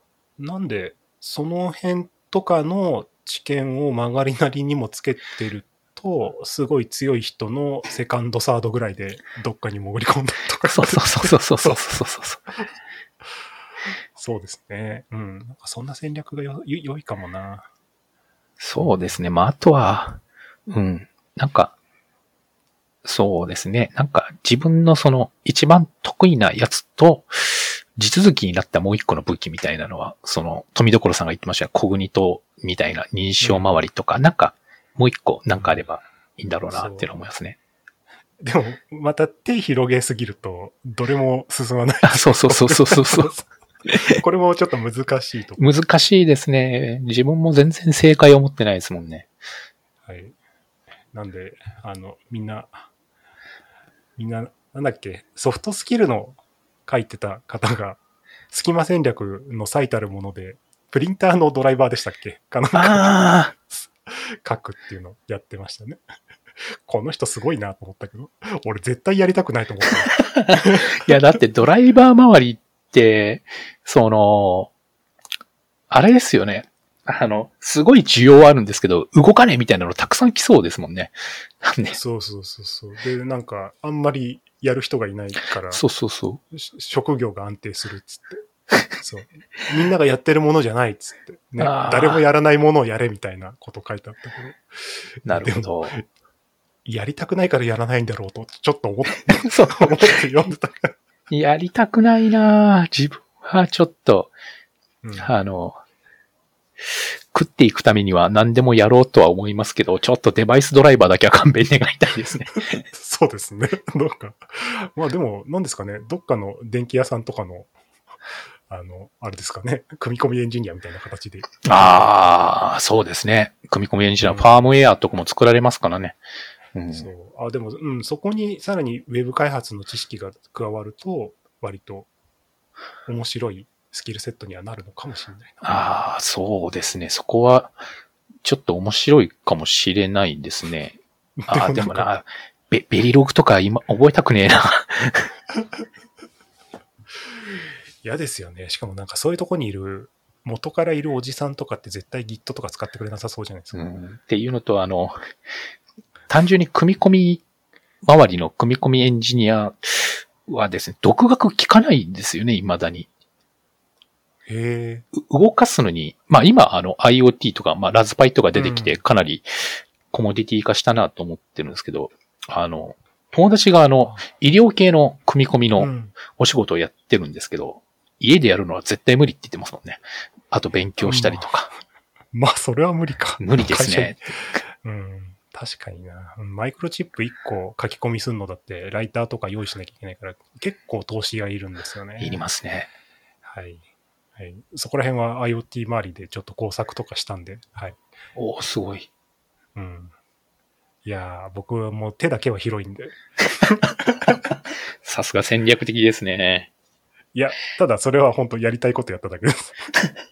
なんで、その辺とかの知見を曲がりなりにもつけてると、すごい強い人のセカンドサードぐらいでどっかに潜り込んだとか。 そうそうそうそうそうそうそうそう。 そうですね。うん。なんかそんな戦略がよ良いかもな。 そうですね。まあ、あとは、うん。なんか、そうですね。なんか自分のその一番得意なやつと、地続きになったもう一個の武器みたいなのは、その、富所さんが言ってましたコグニトみたいな認証周りとか、うん、なんか、もう一個なんかあればいいんだろうなっていうのを思いますね。 でも、また手広げすぎると、どれも進まない。 あ、そうそうそうそうそうそう。 これもちょっと難しいと。 難しいですね。自分も全然正解を持ってないですもんね。 はい。なんで、あの、みんな、 みんな、なんだっけ、ソフトスキルの書いてた方が、隙間戦略の最たるもので、プリンターのドライバーでしたっけかなんかあ書くっていうのをやってましたね。この人すごいなと思ったけど、俺絶対やりたくないと思った。 いや、だってドライバー周りって、その、あれですよね。あの、すごい需要はあるんですけど、動かねえみたいなのたくさん来そうですもんね。ねそうそうそうそう。で、なんか、あんまりやる人がいないから、 そうそうそう。 職業が安定するっつって。そう。みんながやってるものじゃないっつって。ね。誰もやらないものをやれみたいなこと書いてあったけど。 なるほど。 やりたくないからやらないんだろうと、ちょっと思って、そう思って読んでたから。 やりたくないなぁ。自分はちょっと、うん、あの、食っていくためには何でもやろうとは思いますけど、ちょっとデバイスドライバーだけは勘弁願いたいですね。そうですね。どっか。まあでも、何ですかね。どっかの電気屋さんとかの、あの、あれですかね。組み込みエンジニアみたいな形で。ああ、そうですね。組み込みエンジニア、うん、ファームウェアとかも作られますからね。 うん、そう。あ、でも、うん、そこにさらにウェブ開発の知識が加わると、割と面白いスキルセットにはなるのかもしれないな。 ああ、そうですね。そこは、ちょっと面白いかもしれないですね。ああ、でもな、ベ、ベリログとか今覚えたくねえな。 嫌ですよね。しかもなんかそういうとこにいる、元からいるおじさんとかって絶対 Git とか使ってくれなさそうじゃないですか。 うん、っていうのと、あの、単純に組み込み周りの組み込みエンジニアはですね、独学聞かないんですよね、未だに。 へー。 動かすのに、まあ今あの IoT とか、まあラズパイとか出てきてかなりコモディティ化したなと思ってるんですけど、うん、あの、友達があの、医療系の組み込みのお仕事をやってるんですけど、うん、家でやるのは絶対無理って言ってますもんね。あと勉強したりとか。 うん、まあ、それは無理か。 無理ですね。 うん。確かにな。マイクロチップいっこ書き込みするのだって、ライターとか用意しなきゃいけないから、結構投資がいるんですよね。 いりますね。 はい。はい、そこら辺は IoT 周りでちょっと工作とかしたんで、はい。 おー、すごい。 うん。いやー、僕はもう手だけは広いんで。 さすが戦略的ですね。 いや、ただそれは本当やりたいことやっただけです。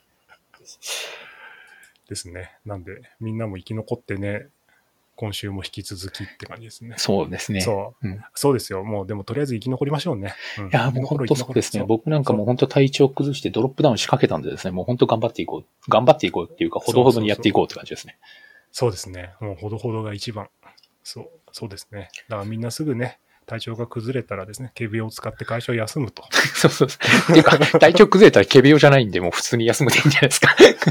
ですね。なんで、みんなも生き残ってね、今週も引き続きって感じですね。 そうですね。 そう。うん、そうですよ。もうでもとりあえず生き残りましょうね。うん、 いや、もう本当そうですね。僕なんかもう本当体調崩してドロップダウン仕掛けたんでですね、もう本当頑張っていこう。頑張っていこうっていうか、ほどほどにやっていこうって感じですね。 そうですね。もうほどほどが一番。そう、そうですね。だからみんなすぐね、体調が崩れたらですね、ケビオを使って会社を休むと。 そうそうそう。っていうか、体調崩れたらケビオじゃないんで、もう普通に休むでいいんじゃないですか。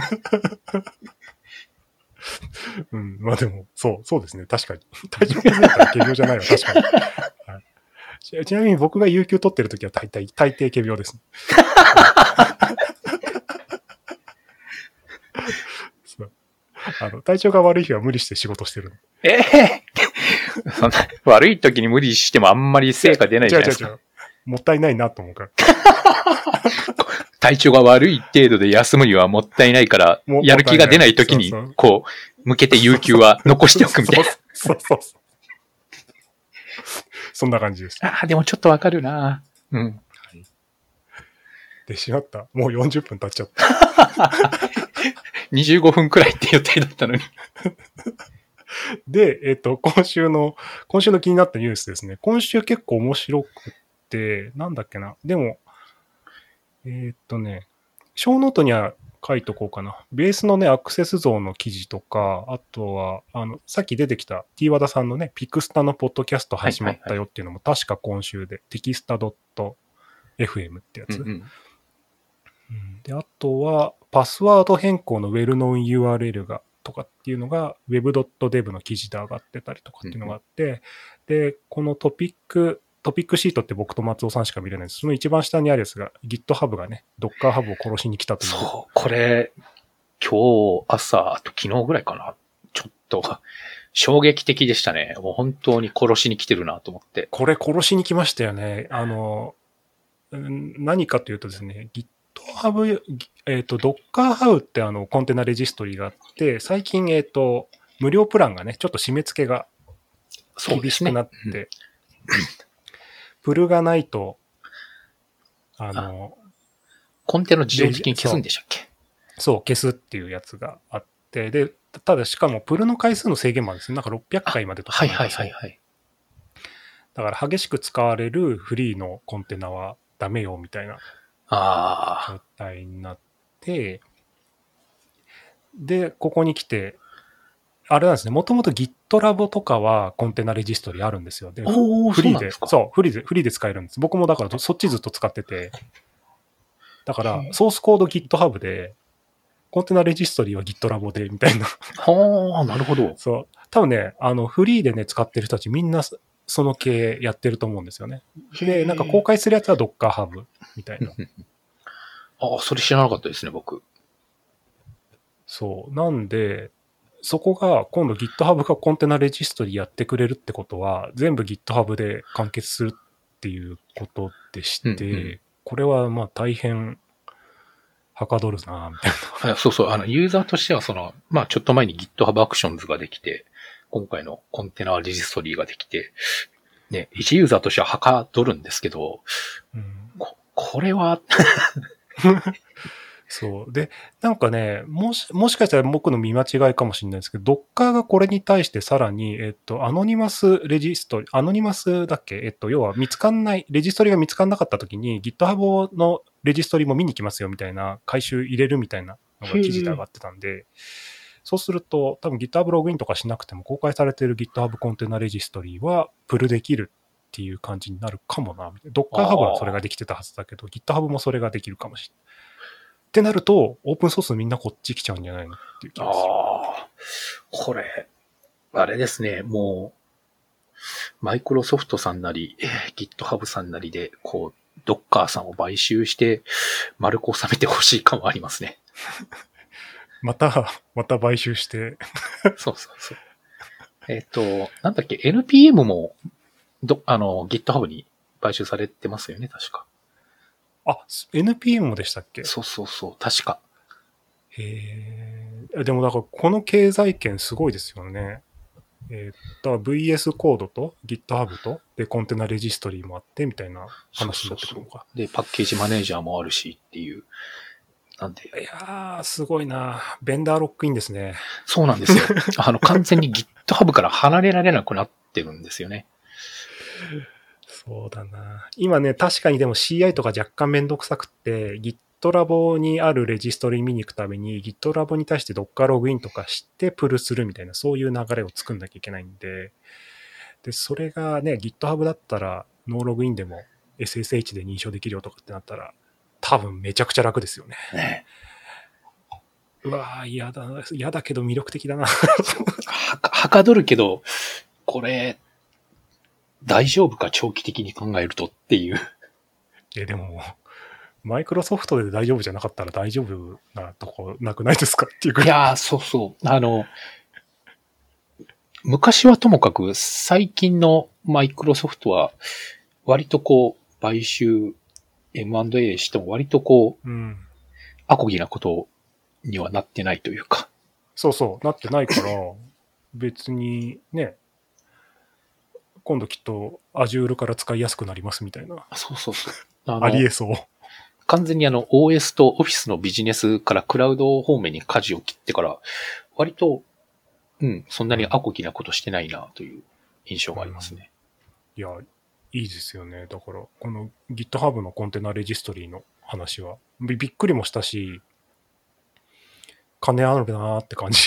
うん、まあでも、そう、そうですね。確かに。体調崩れたらケビオじゃないわ、確かに。はい、ちなみに僕が有給取ってるときは大体、大抵ケビオです、ね。あの体調が悪い日は無理して仕事してる。 ええー、そんな悪い時に無理してもあんまり成果出ないじゃないですか。違う違う違う。 もったいないなと思うから。 体調が悪い程度で休むにはもったいないから、やる気が出ない時に、こう、向けて有給は残しておくみたいな。 そうそうそう。そんな感じです。 ああ、でもちょっとわかるな。うん。はい、 で、しまった。もうよんじゅっぷん経っちゃった。 にじゅうごふんくらいって予定だったのに。 で、えっと、今週の、今週の気になったニュースですね。今週結構面白くて、なんだっけな。でも、えー、っとね、小ノートには書いとこうかな。ベースのね、アクセス像の記事とか、あとは、あの、さっき出てきた T 和田さんのね、ピクスタのポッドキャスト始まったよっていうのも確か今週で、テキスタ .fm ってやつ。うんうん、で、あとは、パスワード変更のウェルノン ユーアールエル が、とかっていうのが ウェブドットデブ の記事で上がってたりとかっていうのがあって、うんうん、で、このトピック、トピックシートって僕と松尾さんしか見れないんです。その一番下にあるやつが GitHub がね、Docker Hub を殺しに来たという。 そう、これ、今日朝、あと昨日ぐらいかな。ちょっと、衝撃的でしたね。もう本当に殺しに来てるなと思って。 これ殺しに来ましたよね。あの、何かというとですね、GitHub、えっと、Docker Hub ってあの、コンテナレジストリがあって、最近、えっと、無料プランがね、ちょっと締め付けが厳しくなって、 プルがないと、あの、 あコンテナ自動的に消すんでしたっけ？ そう、消すっていうやつがあって、で、ただしかもプルの回数の制限もあるんですね。なんかろっぴゃっかいまでとか。 はいはいはいはい。 だから激しく使われるフリーのコンテナはダメよみたいな状態になって、で、ここに来て、あれなんですね、もともと GitLab とかはコンテナレジストリあるんですよ。で、フリーで、そう、フリーで、フリーで使えるんです。僕もだからそっちずっと使ってて、だからソースコード GitHub で、コンテナレジストリは GitLab でみたいな。 はあ、なるほど。 そう。多分ね、あの、フリーでね、使ってる人たちみんなその系やってると思うんですよね。で、なんか公開するやつは Docker Hub みたいな。 ああ、それ知らなかったですね、僕。 そう。なんで、そこが今度 GitHub がコンテナレジストリやってくれるってことは、全部 GitHub で完結するっていうことでして、うんうん、これはまあ大変はかどるなみたいな。 そうそう、あの、ユーザーとしてはその、まあちょっと前に GitHub Actions ができて、今回のコンテナレジストリーができて、ね、一ユーザーとしてははかどるんですけど、うん、こ, これは、 そう。で、なんかね、もし、もしかしたら僕の見間違いかもしれないですけど、Docker がこれに対してさらに、えっと、アノニマスレジストリ、アノニマスだっけえっと、要は見つかんない、レジストリが見つかんなかった時に GitHub のレジストリも見に来ますよみたいな、回収入れるみたいなのが記事で上がってたんで、そうすると、多分 GitHub ログインとかしなくても公開されている GitHub コンテナレジストリはプルできるっていう感じになるかもな。Docker Hub はそれができてたはずだけど、GitHub もそれができるかもしれない。ってなると、オープンソースみんなこっち来ちゃうんじゃないのっていう気がする。 ああ、これ、あれですね、もう、マイクロソフトさんなり、GitHub さんなりで、こう、Docker さんを買収して、丸く収めてほしい感はありますね。 また、また買収して。 そうそうそう。えっと、なんだっけ、エヌピーエム も、ど、あの、GitHub に買収されてますよね、確か。 あ、エヌピーエム もでしたっけ？ そうそうそう、確か。 へえ。でもだからこの経済圏すごいですよね。えー、だから ブイエス コードと GitHub とでコンテナレジストリーもあってみたいな話になってくるのか。 そうそうそうで、パッケージマネージャーもあるしっていう。なんで。 いやー、すごいな。ベンダーロックインですね。 そうなんですよ。あの、完全に GitHub から離れられなくなってるんですよね。 そうだな。今ね、確かにでも シーアイ とか若干めんどくさくって、GitLab にあるレジストリ見に行くために GitLab に対して Docker ログインとかしてプルするみたいな、そういう流れを作んなきゃいけないんで、で、それがね、GitHub だったらノーログインでも エスエスエイチ で認証できるよとかってなったら、多分めちゃくちゃ楽ですよね。ねうわぁ、嫌だな。嫌だけど魅力的だな。 は、はかどるけど、これ、大丈夫か長期的に考えるとっていう。 え、でも、マイクロソフトで大丈夫じゃなかったら大丈夫なとこなくないですかっていうくらい。 いやー、そうそう。あの、昔はともかく最近のマイクロソフトは割とこう、買収 エムアンドエー しても割とこう、うん、アコギなことにはなってないというか。 そうそう、なってないから、別にね、今度きっと Azure から使いやすくなりますみたいな。 そうそうそう。 あ, ありえそう。 完全にあの オーエス と Office のビジネスからクラウド方面に舵を切ってから、割と、うん、そんなにアコギなことしてないなという印象がありますね。 うん、いや、いいですよね。だから、この GitHub のコンテナレジストリーの話は、び, びっくりもしたし、金あるなーって感じ。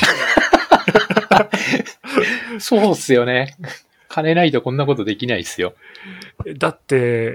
そうっすよね。金ないとこんなことできないっすよ。 だって、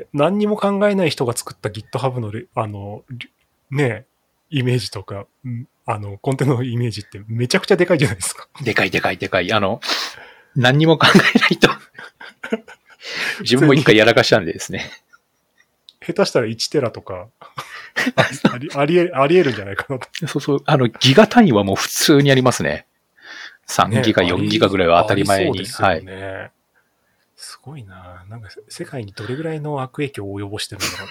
何にも考えない人が作った GitHub の、あの、ね、イメージとか、あの、コンテナのイメージってめちゃくちゃでかいじゃないですか。 でかいでかいでかい。あの、何にも考えないと。自分も一回やらかしたんでですね。 下手したらいちテラとかあり、ありえ、ありえるんじゃないかなと。 そうそう。あの、ギガ単位はもう普通にありますね。さんギガ、ね、よんギガぐらいは当たり前に。 そうですよね。はい。すごいな。なんか世界にどれぐらいの悪影響を及ぼしてるんだろ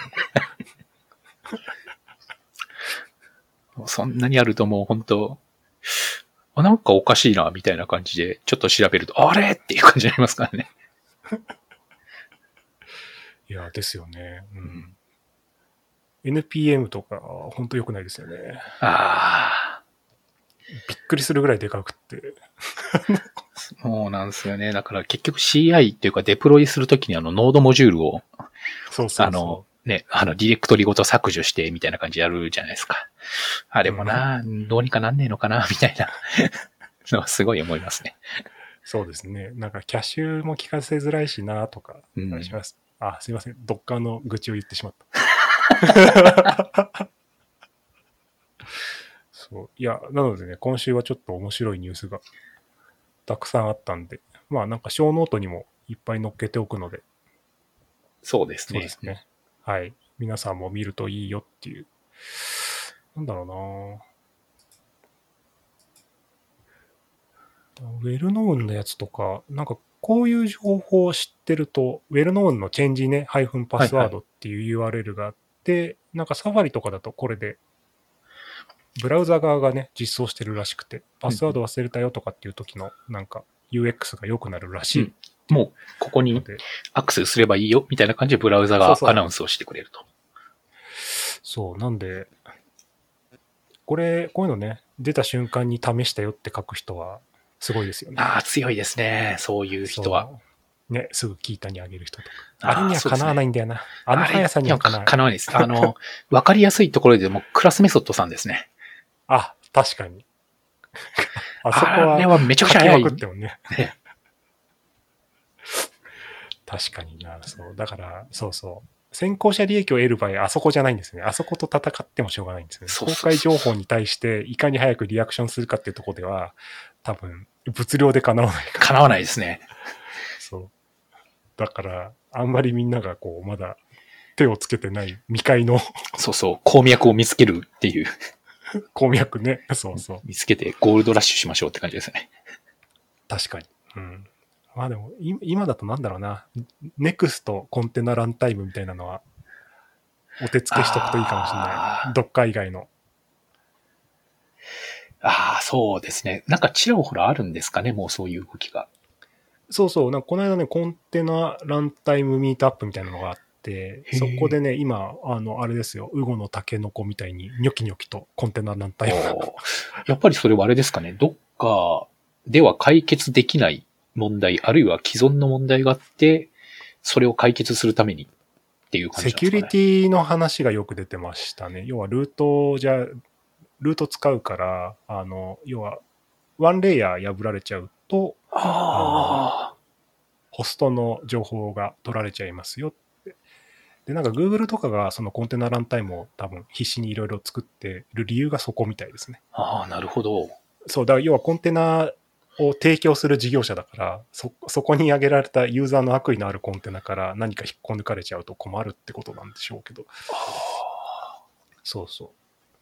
うな。そんなにあるともう本当なんかおかしいな、みたいな感じで、ちょっと調べると、あれっていう感じになりますからね。 いや、ですよね。うん。エヌピーエム とか、本当良くないですよね。 ああ。 びっくりするぐらいでかくって。 そうなんですよね。だから結局 シーアイ っていうかデプロイするときにあのノードモジュールを、 そうそうそう。 あの、ね、あの、ディレクトリごと削除してみたいな感じでやるじゃないですか。あれもな、うん、どうにかなんねえのかな、みたいなのはすごい思いますね。 そうですね。なんかキャッシュも聞かせづらいしなとか、 うん、 します。あ、すいません。ドッカーの愚痴を言ってしまった。そう。いや、なのでね、今週はちょっと面白いニュースがたくさんあったんで、まあなんか小ノートにもいっぱい載っけておくので、 そうですね。 そうですね。はい。皆さんも見るといいよっていう。なんだろうなウェルノーンのやつとか、なんかこういう情報を知ってると、ウェルノーンのチェンジね、ハイフンパスワードっていう ユーアールエル があって、はいはい、なんかサファリとかだとこれで、ブラウザ側がね、実装してるらしくて、パスワード忘れたよとかっていう時のなんか ユーエックス が良くなるらしい。うんもう、ここにアクセスすればいいよ、みたいな感じでブラウザがアナウンスをしてくれると。 そうそう、なんで、これ、こういうのね、出た瞬間に試したよって書く人は、すごいですよね。 ああ、強いですね、そういう人は。 ね、すぐキータにあげる人とか。あれにはかなわないんだよな。あ,、ね、あの速さにはかなわない。 かなわないです。あの、わかりやすいところでもクラスメソッドさんですね。 あ、確かに。 あそこは。あれはめちゃくちゃ速い。 まくってもね。確かにな。そう。だから、そうそう。先行者利益を得る場合、あそこじゃないんですね。あそこと戦ってもしょうがないんですよね。そうそうそう公開情報に対していかに早くリアクションするかっていうところでは、多分、物量で叶わないから。 叶わないですね。 そう。だから、あんまりみんながこう、まだ手をつけてない未開の。 そうそう、鉱脈を見つけるっていう。 鉱脈ね。そうそう。 見つけてゴールドラッシュしましょうって感じですね。 確かに。うん。まあでも、今だとなんだろうな。ネクストコンテナランタイムみたいなのは、お手付けしとくといいかもしれない。どっか以外の。 ああ、そうですね。なんかちらほらあるんですかね、もうそういう動きが。 そうそう。なんかこの間ね、コンテナランタイムミートアップみたいなのがあって、そこでね、今、あの、あれですよ、ウゴのタケノコみたいに、ニョキニョキとコンテナランタイム。 やっぱりそれはあれですかね、どっかでは解決できない問題、あるいは既存の問題があって、それを解決するためにっていう感じなんですかね。セキュリティの話がよく出てましたね。要はルートじゃ、ルート使うから、あの、要は、ワンレイヤー破られちゃうと、 あホストの情報が取られちゃいますよって。で、なんか Google とかがそのコンテナランタイムを多分必死にいろいろ作ってる理由がそこみたいですね。 ああ、なるほど。 そう、だから要はコンテナを提供する事業者だから、そ、そこに挙げられたユーザーの悪意のあるコンテナから何か引っこ抜かれちゃうと困るってことなんでしょうけど。そうそう。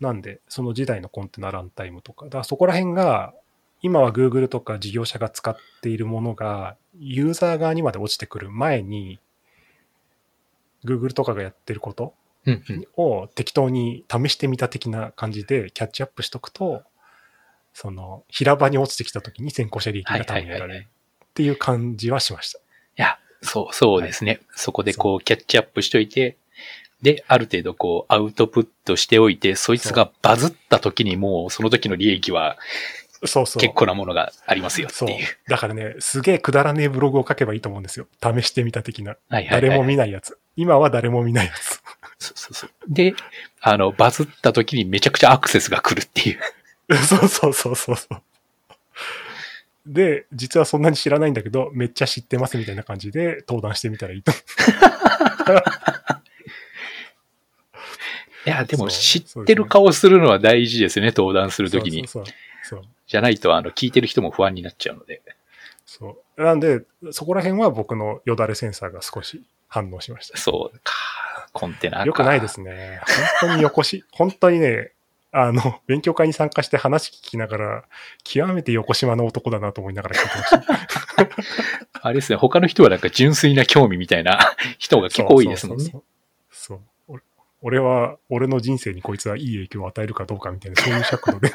なんで、その時代のコンテナランタイムとか、だからそこら辺が、今は Google とか事業者が使っているものが、ユーザー側にまで落ちてくる前に、Google とかがやってることを適当に試してみた的な感じでキャッチアップしとくと、その平場に落ちてきた時に先行者利益が多分得られるっていう感じはしました。いや、そう、そうですね。はい、そこでこうキャッチアップしといて、で、ある程度こうアウトプットしておいて、そいつがバズった時にもうその時の利益は、そうそう。結構なものがありますよっていう。そう。 だからね、すげえくだらねえブログを書けばいいと思うんですよ。試してみた的な。はいはいはいはい、誰も見ないやつ。今は誰も見ないやつ。 そうそうそう。で、あの、バズった時にめちゃくちゃアクセスが来るっていう。 そうそうそうそうそう。で、実はそんなに知らないんだけど、めっちゃ知ってますみたいな感じで登壇してみたらいいと。 いや、でも知ってる顔するのは大事ですね、登壇するときに。 そうそうそう。 じゃないと、あの、聞いてる人も不安になっちゃうので。 そう。なんで、そこら辺は僕のよだれセンサーが少し反応しました。 そうか。コンテナか。 よくないですね。本当によこし、本当にね、あの、勉強会に参加して話聞きながら、極めて横島の男だなと思いながら聞いてました。 あれですね、他の人はなんか純粋な興味みたいな人が結構多いですもんね。 そうそうそうそう。そう俺は、俺の人生にこいつはいい影響を与えるかどうかみたいな、そういう尺度で。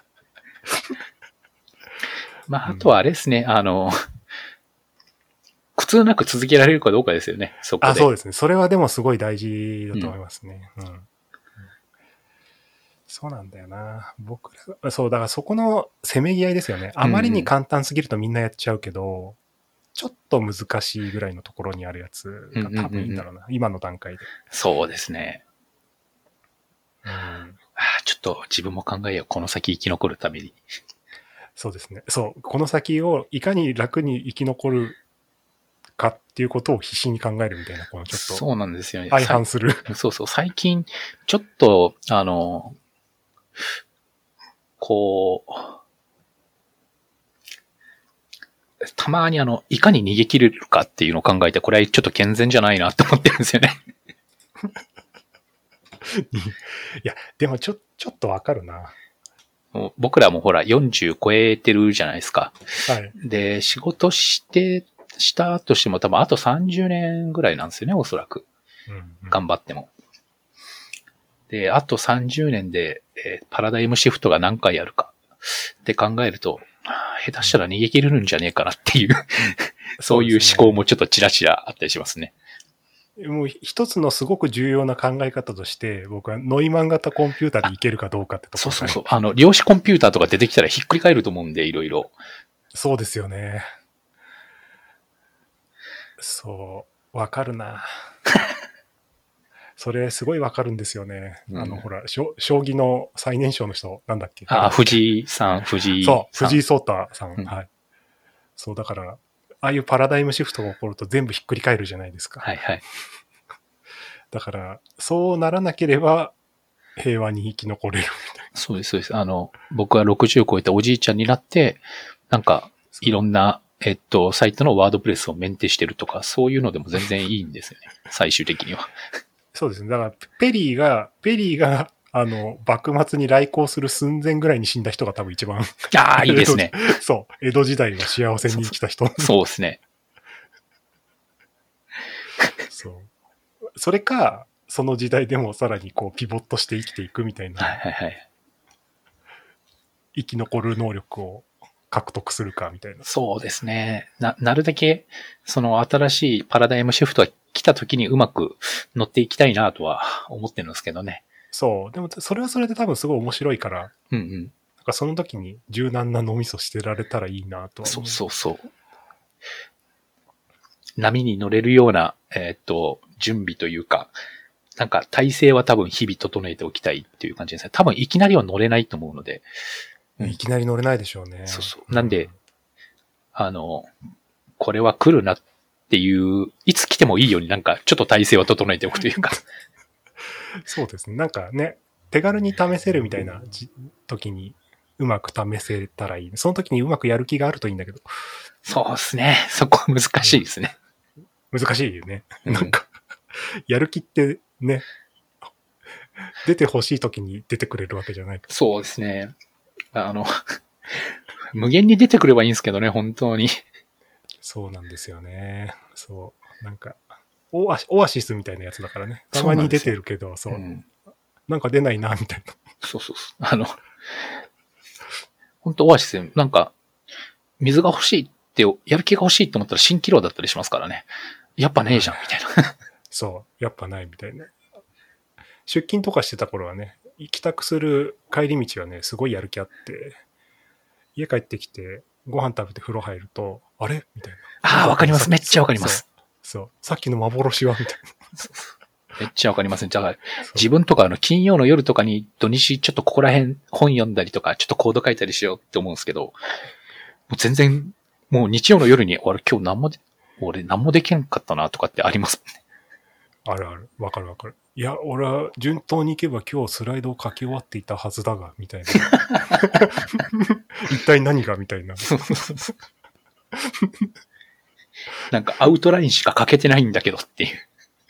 まあ、あとはあれですね、うん、あの、 苦痛なく続けられるかどうかですよね、そこで。 あ、そうですね。それはでもすごい大事だと思いますね。うん。うん、そうなんだよな。僕ら、そう、だからそこのせめぎ合いですよね。あまりに簡単すぎるとみんなやっちゃうけど、うんうん、ちょっと難しいぐらいのところにあるやつが多分いいんだろうな。うんうんうん、今の段階で。 そうですね。 うん、あちょっと自分も考えよう。この先生き残るために。 そうですね。そう。この先をいかに楽に生き残るかっていうことを必死に考えるみたいな、このちょっと。 そうなんですよね。 相反する。 そうそう。最近、ちょっと、あの、こう、たまにあの、いかに逃げ切れるかっていうのを考えて、これはちょっと健全じゃないなって思ってるんですよね。 いや、でもちょ、ちょっとわかるな。 僕らもほらよんじゅう超えてるじゃないですか。 はい。 で、仕事して、したとしても多分あとさんじゅうねんぐらいなんですよね、おそらく。 うんうん、 頑張っても。で、あとさんじゅうねんで、えー、パラダイムシフトが何回あるかって考えると、下手したら逃げ切れるんじゃねえかなっていう、そういう思考もちょっとチラチラあったりしますね。 もう一つのすごく重要な考え方として、僕はノイマン型コンピューターでいけるかどうかってところ、 そうそうそう。あの、量子コンピューターとか出てきたらひっくり返ると思うんで、いろいろ。 そうですよね。そう、わかるな。それすごいわかるんですよね。うん、あの、ほら、将棋の最年少の人、なんだっけ。 ああ、藤井さん、藤井さん。 そう、藤井聡太さん、 うん。 はい。そう、だから、ああいうパラダイムシフトが起こると全部ひっくり返るじゃないですか。 はいはい。 だから、そうならなければ平和に生き残れるみたいな。 そうです、そうです。あの、僕はろくじゅう超えたおじいちゃんになって、なんか、いろんな、えっと、サイトのワードプレスをメンテしてるとか、そういうのでも全然いいんですよね。最終的には。 そうですね。だから、ペリーが、ペリーが、あの、幕末に来航する寸前ぐらいに死んだ人が多分一番。 ああ、いいですね。 そう。江戸時代は幸せに生きた人。 そうそうですね。 そう。それか、その時代でもさらにこう、ピボットして生きていくみたいな。 はいはいはい。 生き残る能力を獲得するかみたいな。 そうですね。な、なるだけ、その新しいパラダイムシフトが来た時にうまく乗っていきたいなとは思ってるんですけどね。 そう。でも、それはそれで多分すごい面白いから、 うんうん。 なんかその時に柔軟な脳みそしてられたらいいなとは思う。 そうそうそう。波に乗れるような、えー、っと、準備というか、なんか体制は多分日々整えておきたいっていう感じですね。多分いきなりは乗れないと思うので。 うん、いきなり乗れないでしょうね。 そうそう。なんで、うん、あの、これは来るなっていう、いつ来てもいいようになんかちょっと体制は整えておくというか。 そうですね。なんかね、手軽に試せるみたいな時にうまく試せたらいい。その時にうまくやる気があるといいんだけど。 そうですね。そこは難しいですね。 うん、難しいよね。うん、なんか、やる気ってね、出てほしい時に出てくれるわけじゃないから。 そうですね。あの、無限に出てくればいいんですけどね、本当に。 そうなんですよね。そう。なんか、オアシ、オアシスみたいなやつだからね。たまに出てるけど、そう。そううん、なんか出ないな、みたいな。 そうそうそう。あの、本当オアシス、なんか、水が欲しいって、やる気が欲しいって思ったら蜃気楼だったりしますからね。やっぱねえじゃん、みたいな。 そう。やっぱない、みたいな。出勤とかしてた頃はね、帰宅する帰り道はね、すごいやる気あって、家帰ってきて、ご飯食べて風呂入ると、あれみたいな。 ああ、わかります。めっちゃわかります。 そう。そう。さっきの幻はみたいな。 めっちゃわかりますね。じゃあ、自分とかあの、金曜の夜とかに土日ちょっとここら辺本読んだりとか、ちょっとコード書いたりしようって思うんですけど、もう全然、もう日曜の夜に、俺今日何もで、俺何もできなかったなとかってありますもんね。 あるある。わかるわかる。いや、俺は順当に行けば今日スライドを書き終わっていたはずだが、みたいな。一体何がみたいな。 なんかアウトラインしか書けてないんだけどっていう。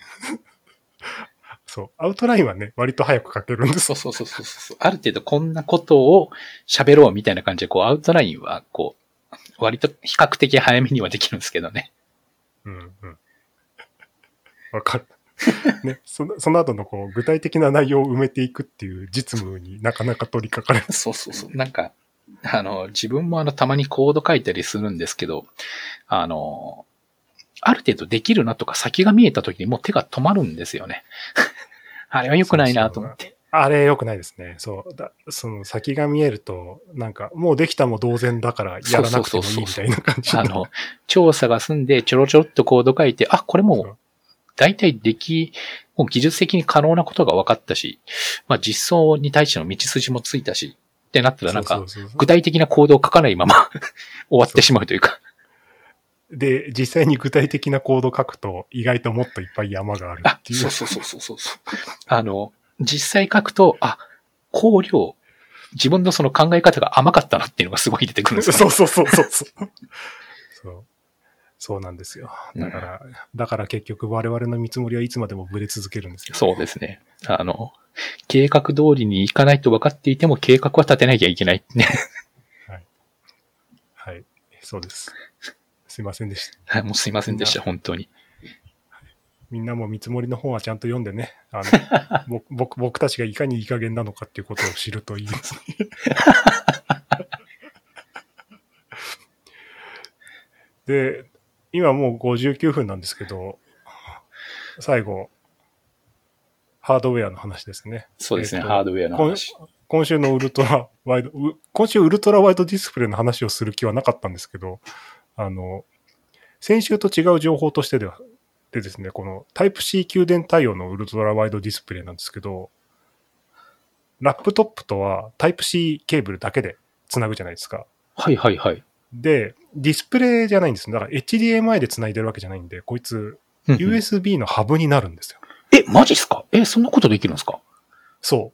そう。アウトラインはね、割と早く書けるんです。 そうそうそうそうそう。ある程度こんなことを喋ろうみたいな感じで、こう、アウトラインは、こう、割と比較的早めにはできるんですけどね。 うんうん。わかる。ね、その、その後のこう、具体的な内容を埋めていくっていう実務になかなか取り掛かれる。 そうそうそう。なんか、あの、自分もあの、たまにコード書いたりするんですけど、あの、 ある程度できるなとか先が見えた時にもう手が止まるんですよね。あれは良くないなと思って。そうそう、 あれ良くないですね。そうだ。その先が見えると、なんかもうできたも同然だからやらなくてもいいみたいな感じ。 あの、調査が済んでちょろちょろっとコード書いて、あ、これもう大体でき、もう技術的に可能なことが分かったし、まあ実装に対しての道筋もついたし、ってなったらなんか、具体的なコードを書かないまま終わってしまうというか。 で、実際に具体的なコード書くと意外ともっといっぱい山があるっていう。 あ、そうそうそうそうそう。あの、実際書くと、あ、考慮、自分のその考え方が甘かったなっていうのがすごい出てくるんですよ、 ね。そうそうそうそう。そう。そうなんですよ。だから、うん、だから結局我々の見積もりはいつまでもブレ続けるんですよ、ね。 そうですね。あの、計画通りにいかないと分かっていても計画は立てなきゃいけないってね。 はい。はい。そうです。すいませんでした。 はい、もうすいませんでした、本当に。 みんなも見積もりの本はちゃんと読んでね、あの僕僕たちがいかにいい加減なのかっていうことを知るといいですね。で、今もうごじゅうきゅうふんなんですけど、最後、ハードウェアの話ですね。 そうですね、えー、ハードウェアの話。 今週のウルトラワイド、今週ウルトラワイドディスプレイの話をする気はなかったんですけど、あの、先週と違う情報としてでは、でですね、このタイプ C 給電対応のウルトラワイドディスプレイなんですけど、ラップトップとはタイプ C ケーブルだけでつなぐじゃないですか。 はいはいはい。 で、ディスプレイじゃないんですよ。だから エイチディーエムアイ でつないでるわけじゃないんで、こいつ ユーエスビー のハブになるんですよ。 え、マジっすか？え、そんなことできるんですか？ そう。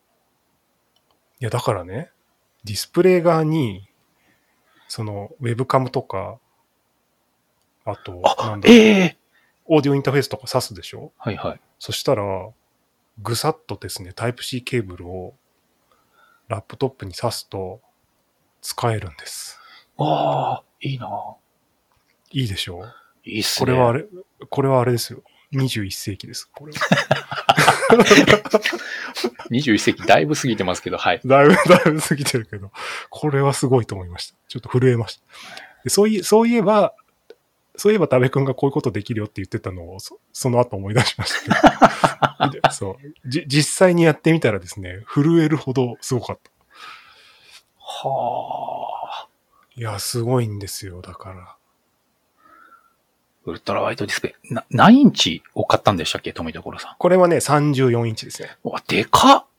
いや、だからね、ディスプレイ側に、その、ウェブカムとか、あと、 なんだろう、えー、 オーディオインターフェースとか挿すでしょ？ はいはい。 そしたら、ぐさっとですね、タイプ C ケーブルをラップトップに挿すと使えるんです。 ああ、いいな。 いいでしょう？ いいっすね。 これはあれ、これはあれですよ。にじゅういっ世紀です、これは。 にじゅういっ世紀だいぶ過ぎてますけど、はい。 だいぶ、だいぶ過ぎてるけど、これはすごいと思いました。ちょっと震えました。でそうい、そういえば、そういえば多部君がこういうことできるよって言ってたのを、そ, その後思い出しましたけど。そうじ。実際にやってみたらですね、震えるほどすごかった。 はあ。 いや、すごいんですよ、だから。 ウルトラワイドディスプレイ。な、何インチを買ったんでしたっけ、富所さん。 これはね、さんじゅうよんインチですね。 うわ、でかっ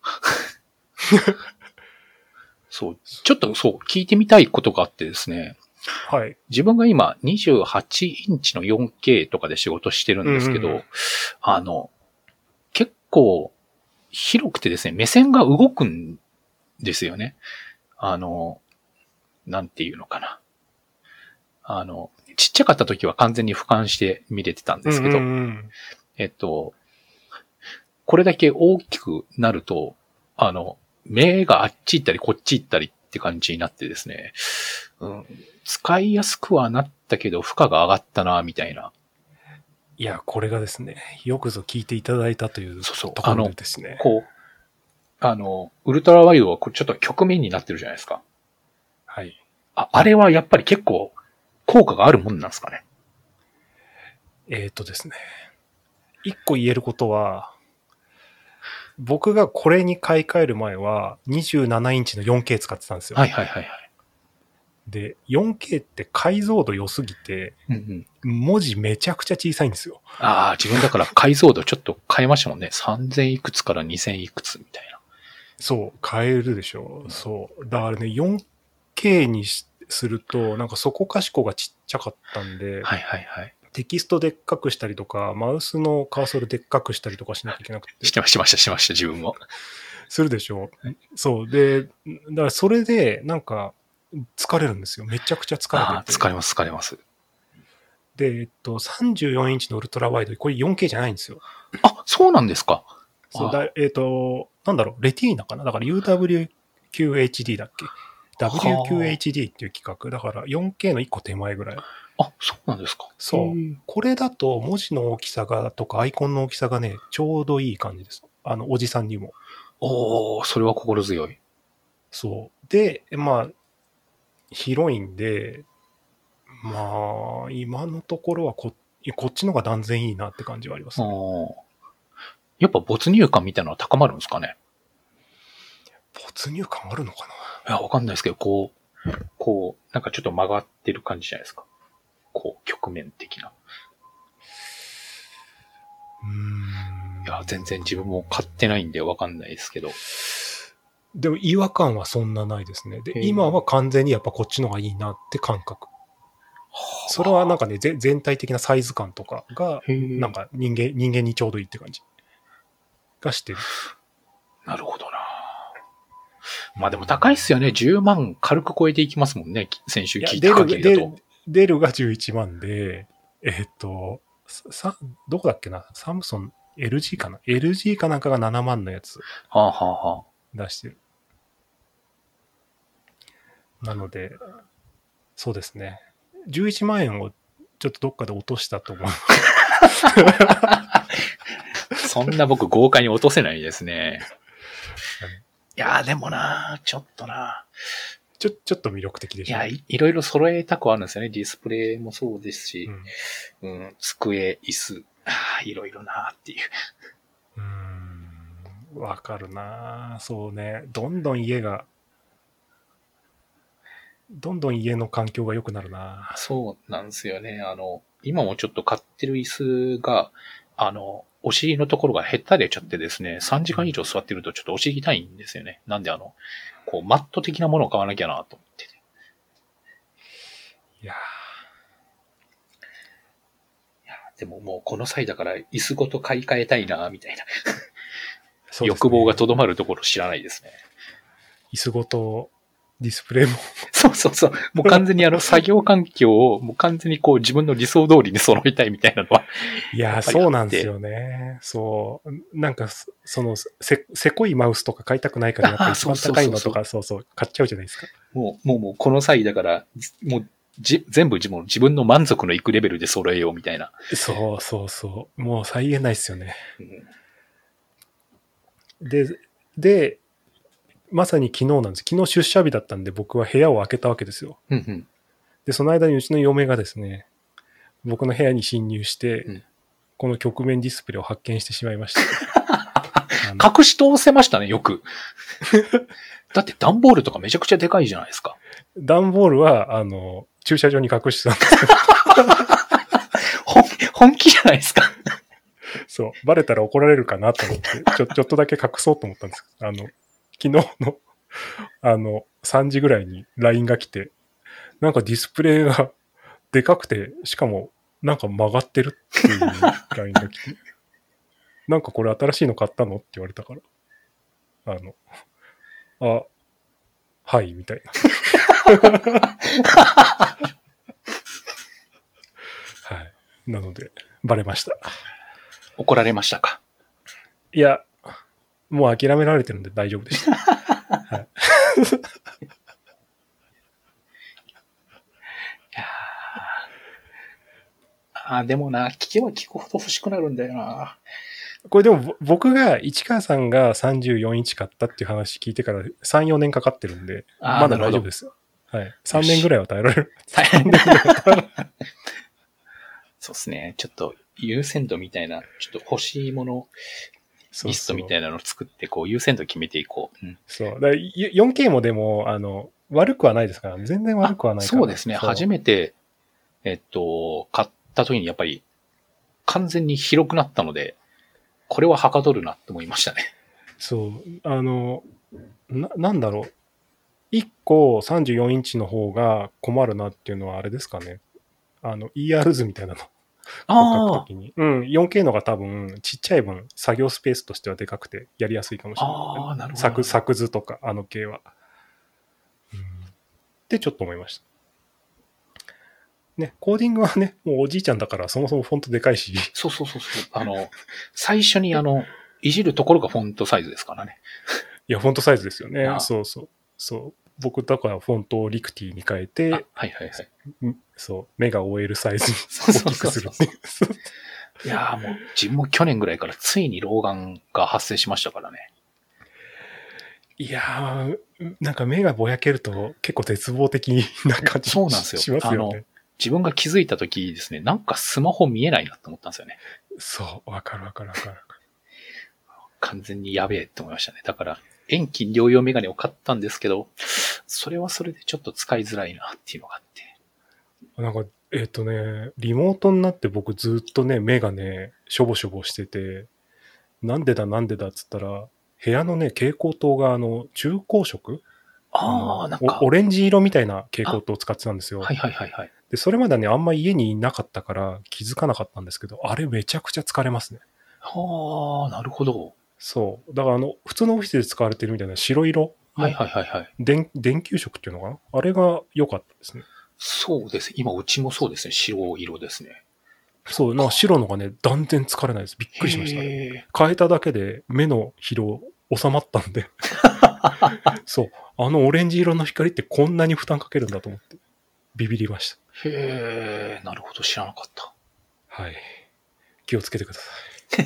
そう。ちょっとそう、聞いてみたいことがあってですね。 はい。 自分が今にじゅうはちインチの よんケー とかで仕事してるんですけど、うんうん、あの、結構広くてですね、目線が動くんですよね。あの、なんていうのかな。あの、ちっちゃかった時は完全に俯瞰して見れてたんですけど、うんうんうん、えっと、これだけ大きくなると、あの、目があっち行ったりこっち行ったりって感じになってですね、うん、使いやすくはなったけど負荷が上がったな、みたいな。 いや、これがですね、よくぞ聞いていただいたというところでですね。 そうそう、あの、こう、あの、ウルトラワイドはちょっと曲面になってるじゃないですか。 はい。 あ、あれはやっぱり結構効果があるもんなんですかね。 えーとですね。一個言えることは、僕がこれに買い替える前はにじゅうななインチの よんケー 使ってたんですよ。 はいはいはいはい。 で、よんケー って解像度良すぎて、うんうん、文字めちゃくちゃ小さいんですよ。 ああ、自分だから解像度ちょっと変えましたもんね。さんぜんいくつからにせんいくつみたいな。 そう、変えるでしょ。うん、そう。だからね、よんケー にすると、なんかそこかしこがちっちゃかったんで、 はいはいはい。 テキストでっかくしたりとか、マウスのカーソルでっかくしたりとかしなきゃいけなくて。 してました、しました、自分も。 するでしょ。そう。で、だからそれで、なんか、疲れるんですよ。めちゃくちゃ疲れてて。 ああ、疲れます、疲れます。 で、えっと、さんじゅうよんインチのウルトラワイド、これ よんケー じゃないんですよ。 あ、そうなんですか。 そうだ、えっと、なんだろう、レティーナかな。だから ユーダブリューキューエイチディー だっけ。ダブリューキューエイチディー っていう規格。だから よんケー のいっこ手前ぐらい。 あ、そうなんですか。 そう。これだと文字の大きさがとかアイコンの大きさがね、ちょうどいい感じです。あの、おじさんにも。 おー、それは心強い。 そう。で、まあ、広いんで、まあ、今のところはこ、 やこっちの方が断然いいなって感じはありますね。 やっぱ没入感みたいなのは高まるんですかね。 没入感あるのかな。いや、わかんないですけど、こう、こう、なんかちょっと曲がってる感じじゃないですか。こう、局面的な。 うーん。 いや、全然自分も買ってないんでわかんないですけど。 でも違和感はそんなないですね。で、今は完全にやっぱこっちの方がいいなって感覚。それはなんかね、全体的なサイズ感とかが、なんか人間、人間にちょうどいいって感じがしてる。 なるほどな。まあでも高いっすよね。じゅうまん軽く超えていきますもんね。先週聞いた限りだと。 デルがじゅういちまんで、えっと、さ、どこだっけな、サムソン、エルジー かな ?エルジー かなんかがななまんのやつ出してる。なので、そうですね。じゅういちまん円をちょっとどっかで落としたと思う。 そんな僕豪快に落とせないですね。いやーでもなー、ちょっとなー。ちょ、ちょっと魅力的でしょ。 いやい、いろいろ揃えたくはあるんですよね。ディスプレイもそうですし、うん、うん、机、椅子、あいろいろなーっていう。 うーん、わかるなー。そうね。どんどん家が、どんどん家の環境が良くなるな。 そうなんですよね。あの、今もちょっと買ってる椅子が、あの、お尻のところがへったれちゃってですね、さんじかん以上座ってるとちょっとお尻痛いんですよね。なんであの、こう、マット的なものを買わなきゃなと思ってて。 いやいやでももうこの際だから椅子ごと買い替えたいな、みたいな。ね、欲望がとどまるところ知らないですね。 椅子ごと、ディスプレイも。 そうそうそう。もう完全にあの作業環境をもう完全にこう自分の理想通りに揃えたいみたいなのは。 いや、そうなんですよね。そう。なんか、そのせ、せこいマウスとか買いたくないから、やっぱ一番高いのとか、そうそう、買っちゃうじゃないですか。 もう、もう、もうこの際だから、もうじ全部自分自分の満足のいくレベルで揃えようみたいな。 そうそうそう。もう再現ないですよね。うん、で、で、まさに昨日なんです。昨日出社日だったんで僕は部屋を開けたわけですよ。 うんうん、 で、その間にうちの嫁がですね、僕の部屋に侵入して、うん、この曲面ディスプレイを発見してしまいました。 隠し通せましたね、よく。だって段ボールとかめちゃくちゃでかいじゃないですか。 段ボールは、あの、駐車場に隠してたんですけど本。本気じゃないですか。 そう、バレたら怒られるかなと思って、ちょ、ちょっとだけ隠そうと思ったんですけど、あの、昨日の、あの、さんじぐらいに ライン が来て、なんかディスプレイがでかくて、しかもなんか曲がってるっていう ライン が来て、なんかこれ新しいの買ったのって言われたから、あの、あ、はい、みたいな。はい。なので、バレました。 怒られましたか？ いや、もう諦められてるんで大丈夫でした。はい、いやあ、でもな、聞けば聞くほど欲しくなるんだよな。 これでも僕が市川さんがさんじゅうよんインチ買ったっていう話聞いてからさん、よねんかかってるんで、まだ大丈夫ですよ。はい。さんねんぐらいは耐えられる。 大変だ。そうですね。ちょっと優先度みたいな、ちょっと欲しいものリストみたいなのを作って、こう優先度決めていこう。うん、 そう。だ よんケー もでも、あの、悪くはないですから、全然悪くはないから。 そうですね。初めて、えっと、買った時にやっぱり完全に広くなったので、これははかどるなって思いましたね。 そう。あの、な、なんだろう。いっこさんじゅうよんインチの方が困るなっていうのはあれですかね。あの、イーアール 図みたいなの。 あ書くときに。うん。よんケー のが多分、ちっちゃい分、作業スペースとしてはでかくてやりやすいかもしれない。 ああ、なるほど。 作、作図とか、あの系は。うん。ってちょっと思いました。ね、コーディングはね、もうおじいちゃんだからそもそもフォントでかいし。 そうそうそうそう。あの、最初にあの、いじるところがフォントサイズですからね。 いや、フォントサイズですよね。そうそう。そう。僕だからフォントをリクティに変えて、 はいはいはい。 そう、目が覆えるサイズに大きくするっていう。 いやーもう、自分も去年ぐらいからついに老眼が発生しましたからね。 いやー、なんか目がぼやけると結構絶望的な感じしますよね。 そうなんですよ。あの、 自分が気づいたときですね、なんかスマホ見えないなと思ったんですよね。 そう、わかるわかるわかるわかる。 完全にやべえって思いましたね。だから、遠近療養メガネを買ったんですけど、それはそれでちょっと使いづらいなっていうのがあって。 なんか、えっとね、リモートになって僕ずっとね、目がね、しょぼしょぼしてて、なんでだなんでだっつったら、部屋のね、蛍光灯があの、中光色ああ、なんかオレンジ色みたいな蛍光灯を使ってたんですよ。 はいはいはいはい。 で、それまではね、あんま家にいなかったから気づかなかったんですけど、あれめちゃくちゃ疲れますね。 はあ、なるほど。 そう。だからあの、普通のオフィスで使われてるみたいな白色はいはいはいはい。 電、電球色っていうのかな、あれが良かったですね。 そうです。今、うちもそうですね。白色ですね。 そう、なんか白のがね、断然疲れないです。びっくりしました。 へ変えただけで目の疲労収まったんで。そう。あのオレンジ色の光ってこんなに負担かけるんだと思って、ビビりました。 へえ、なるほど。知らなかった。 はい。気をつけてくださ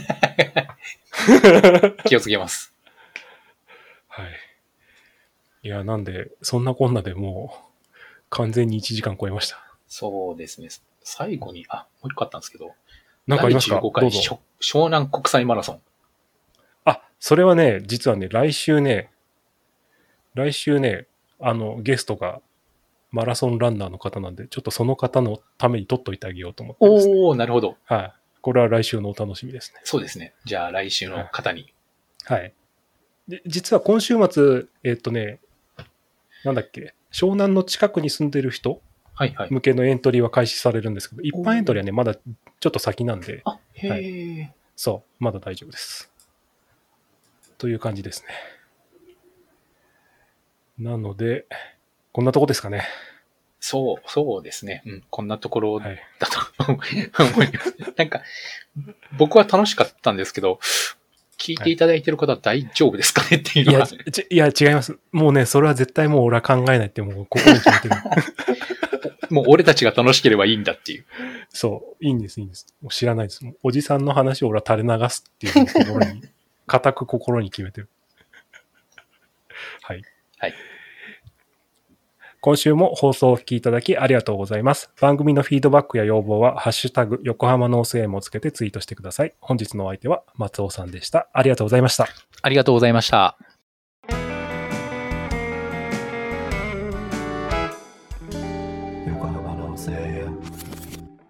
い。気をつけます。 はい。いや、なんで、そんなこんなでもう、完全にいちじかん超えました。 そうですね。最後に、あ、もう一個あったんですけど。 なんかありますか？ だいじゅうごかい湘南国際マラソン。 あ、それはね、実はね、来週ね、来週ね、あの、ゲストがマラソンランナーの方なんで、ちょっとその方のために撮っといてあげようと思ってですね。 おー、なるほど。 はい。これは来週のお楽しみですね。 そうですね。じゃあ来週の方に。 はい。はい、で実は今週末、えっとね、なんだっけ、湘南の近くに住んでる人向けのエントリーは開始されるんですけど、一般エントリーはね、まだちょっと先なんで、 あ、へー、 はい、そう、まだ大丈夫です。という感じですね。なので、こんなとこですかね。 そう、そうですね。うん、こんなところだと思います。なんか、僕は楽しかったんですけど、聞いていただいている方は大丈夫ですかねっていうのは、 はい、いや、いや違います。もうね、それは絶対もう俺は考えないってもう心に決めてる。 もう俺たちが楽しければいいんだっていう。 そう、いいんです、いいんです。もう知らないです。もうおじさんの話を俺は垂れ流すっていう心に、固く心に決めてる。はい。 はい。 今週も放送をお聞きいただきありがとうございます。番組のフィードバックや要望は、ハッシュタグ、横浜ノースエムをつけてツイートしてください。本日のお相手は松尾さんでした。ありがとうございました。 ありがとうございました。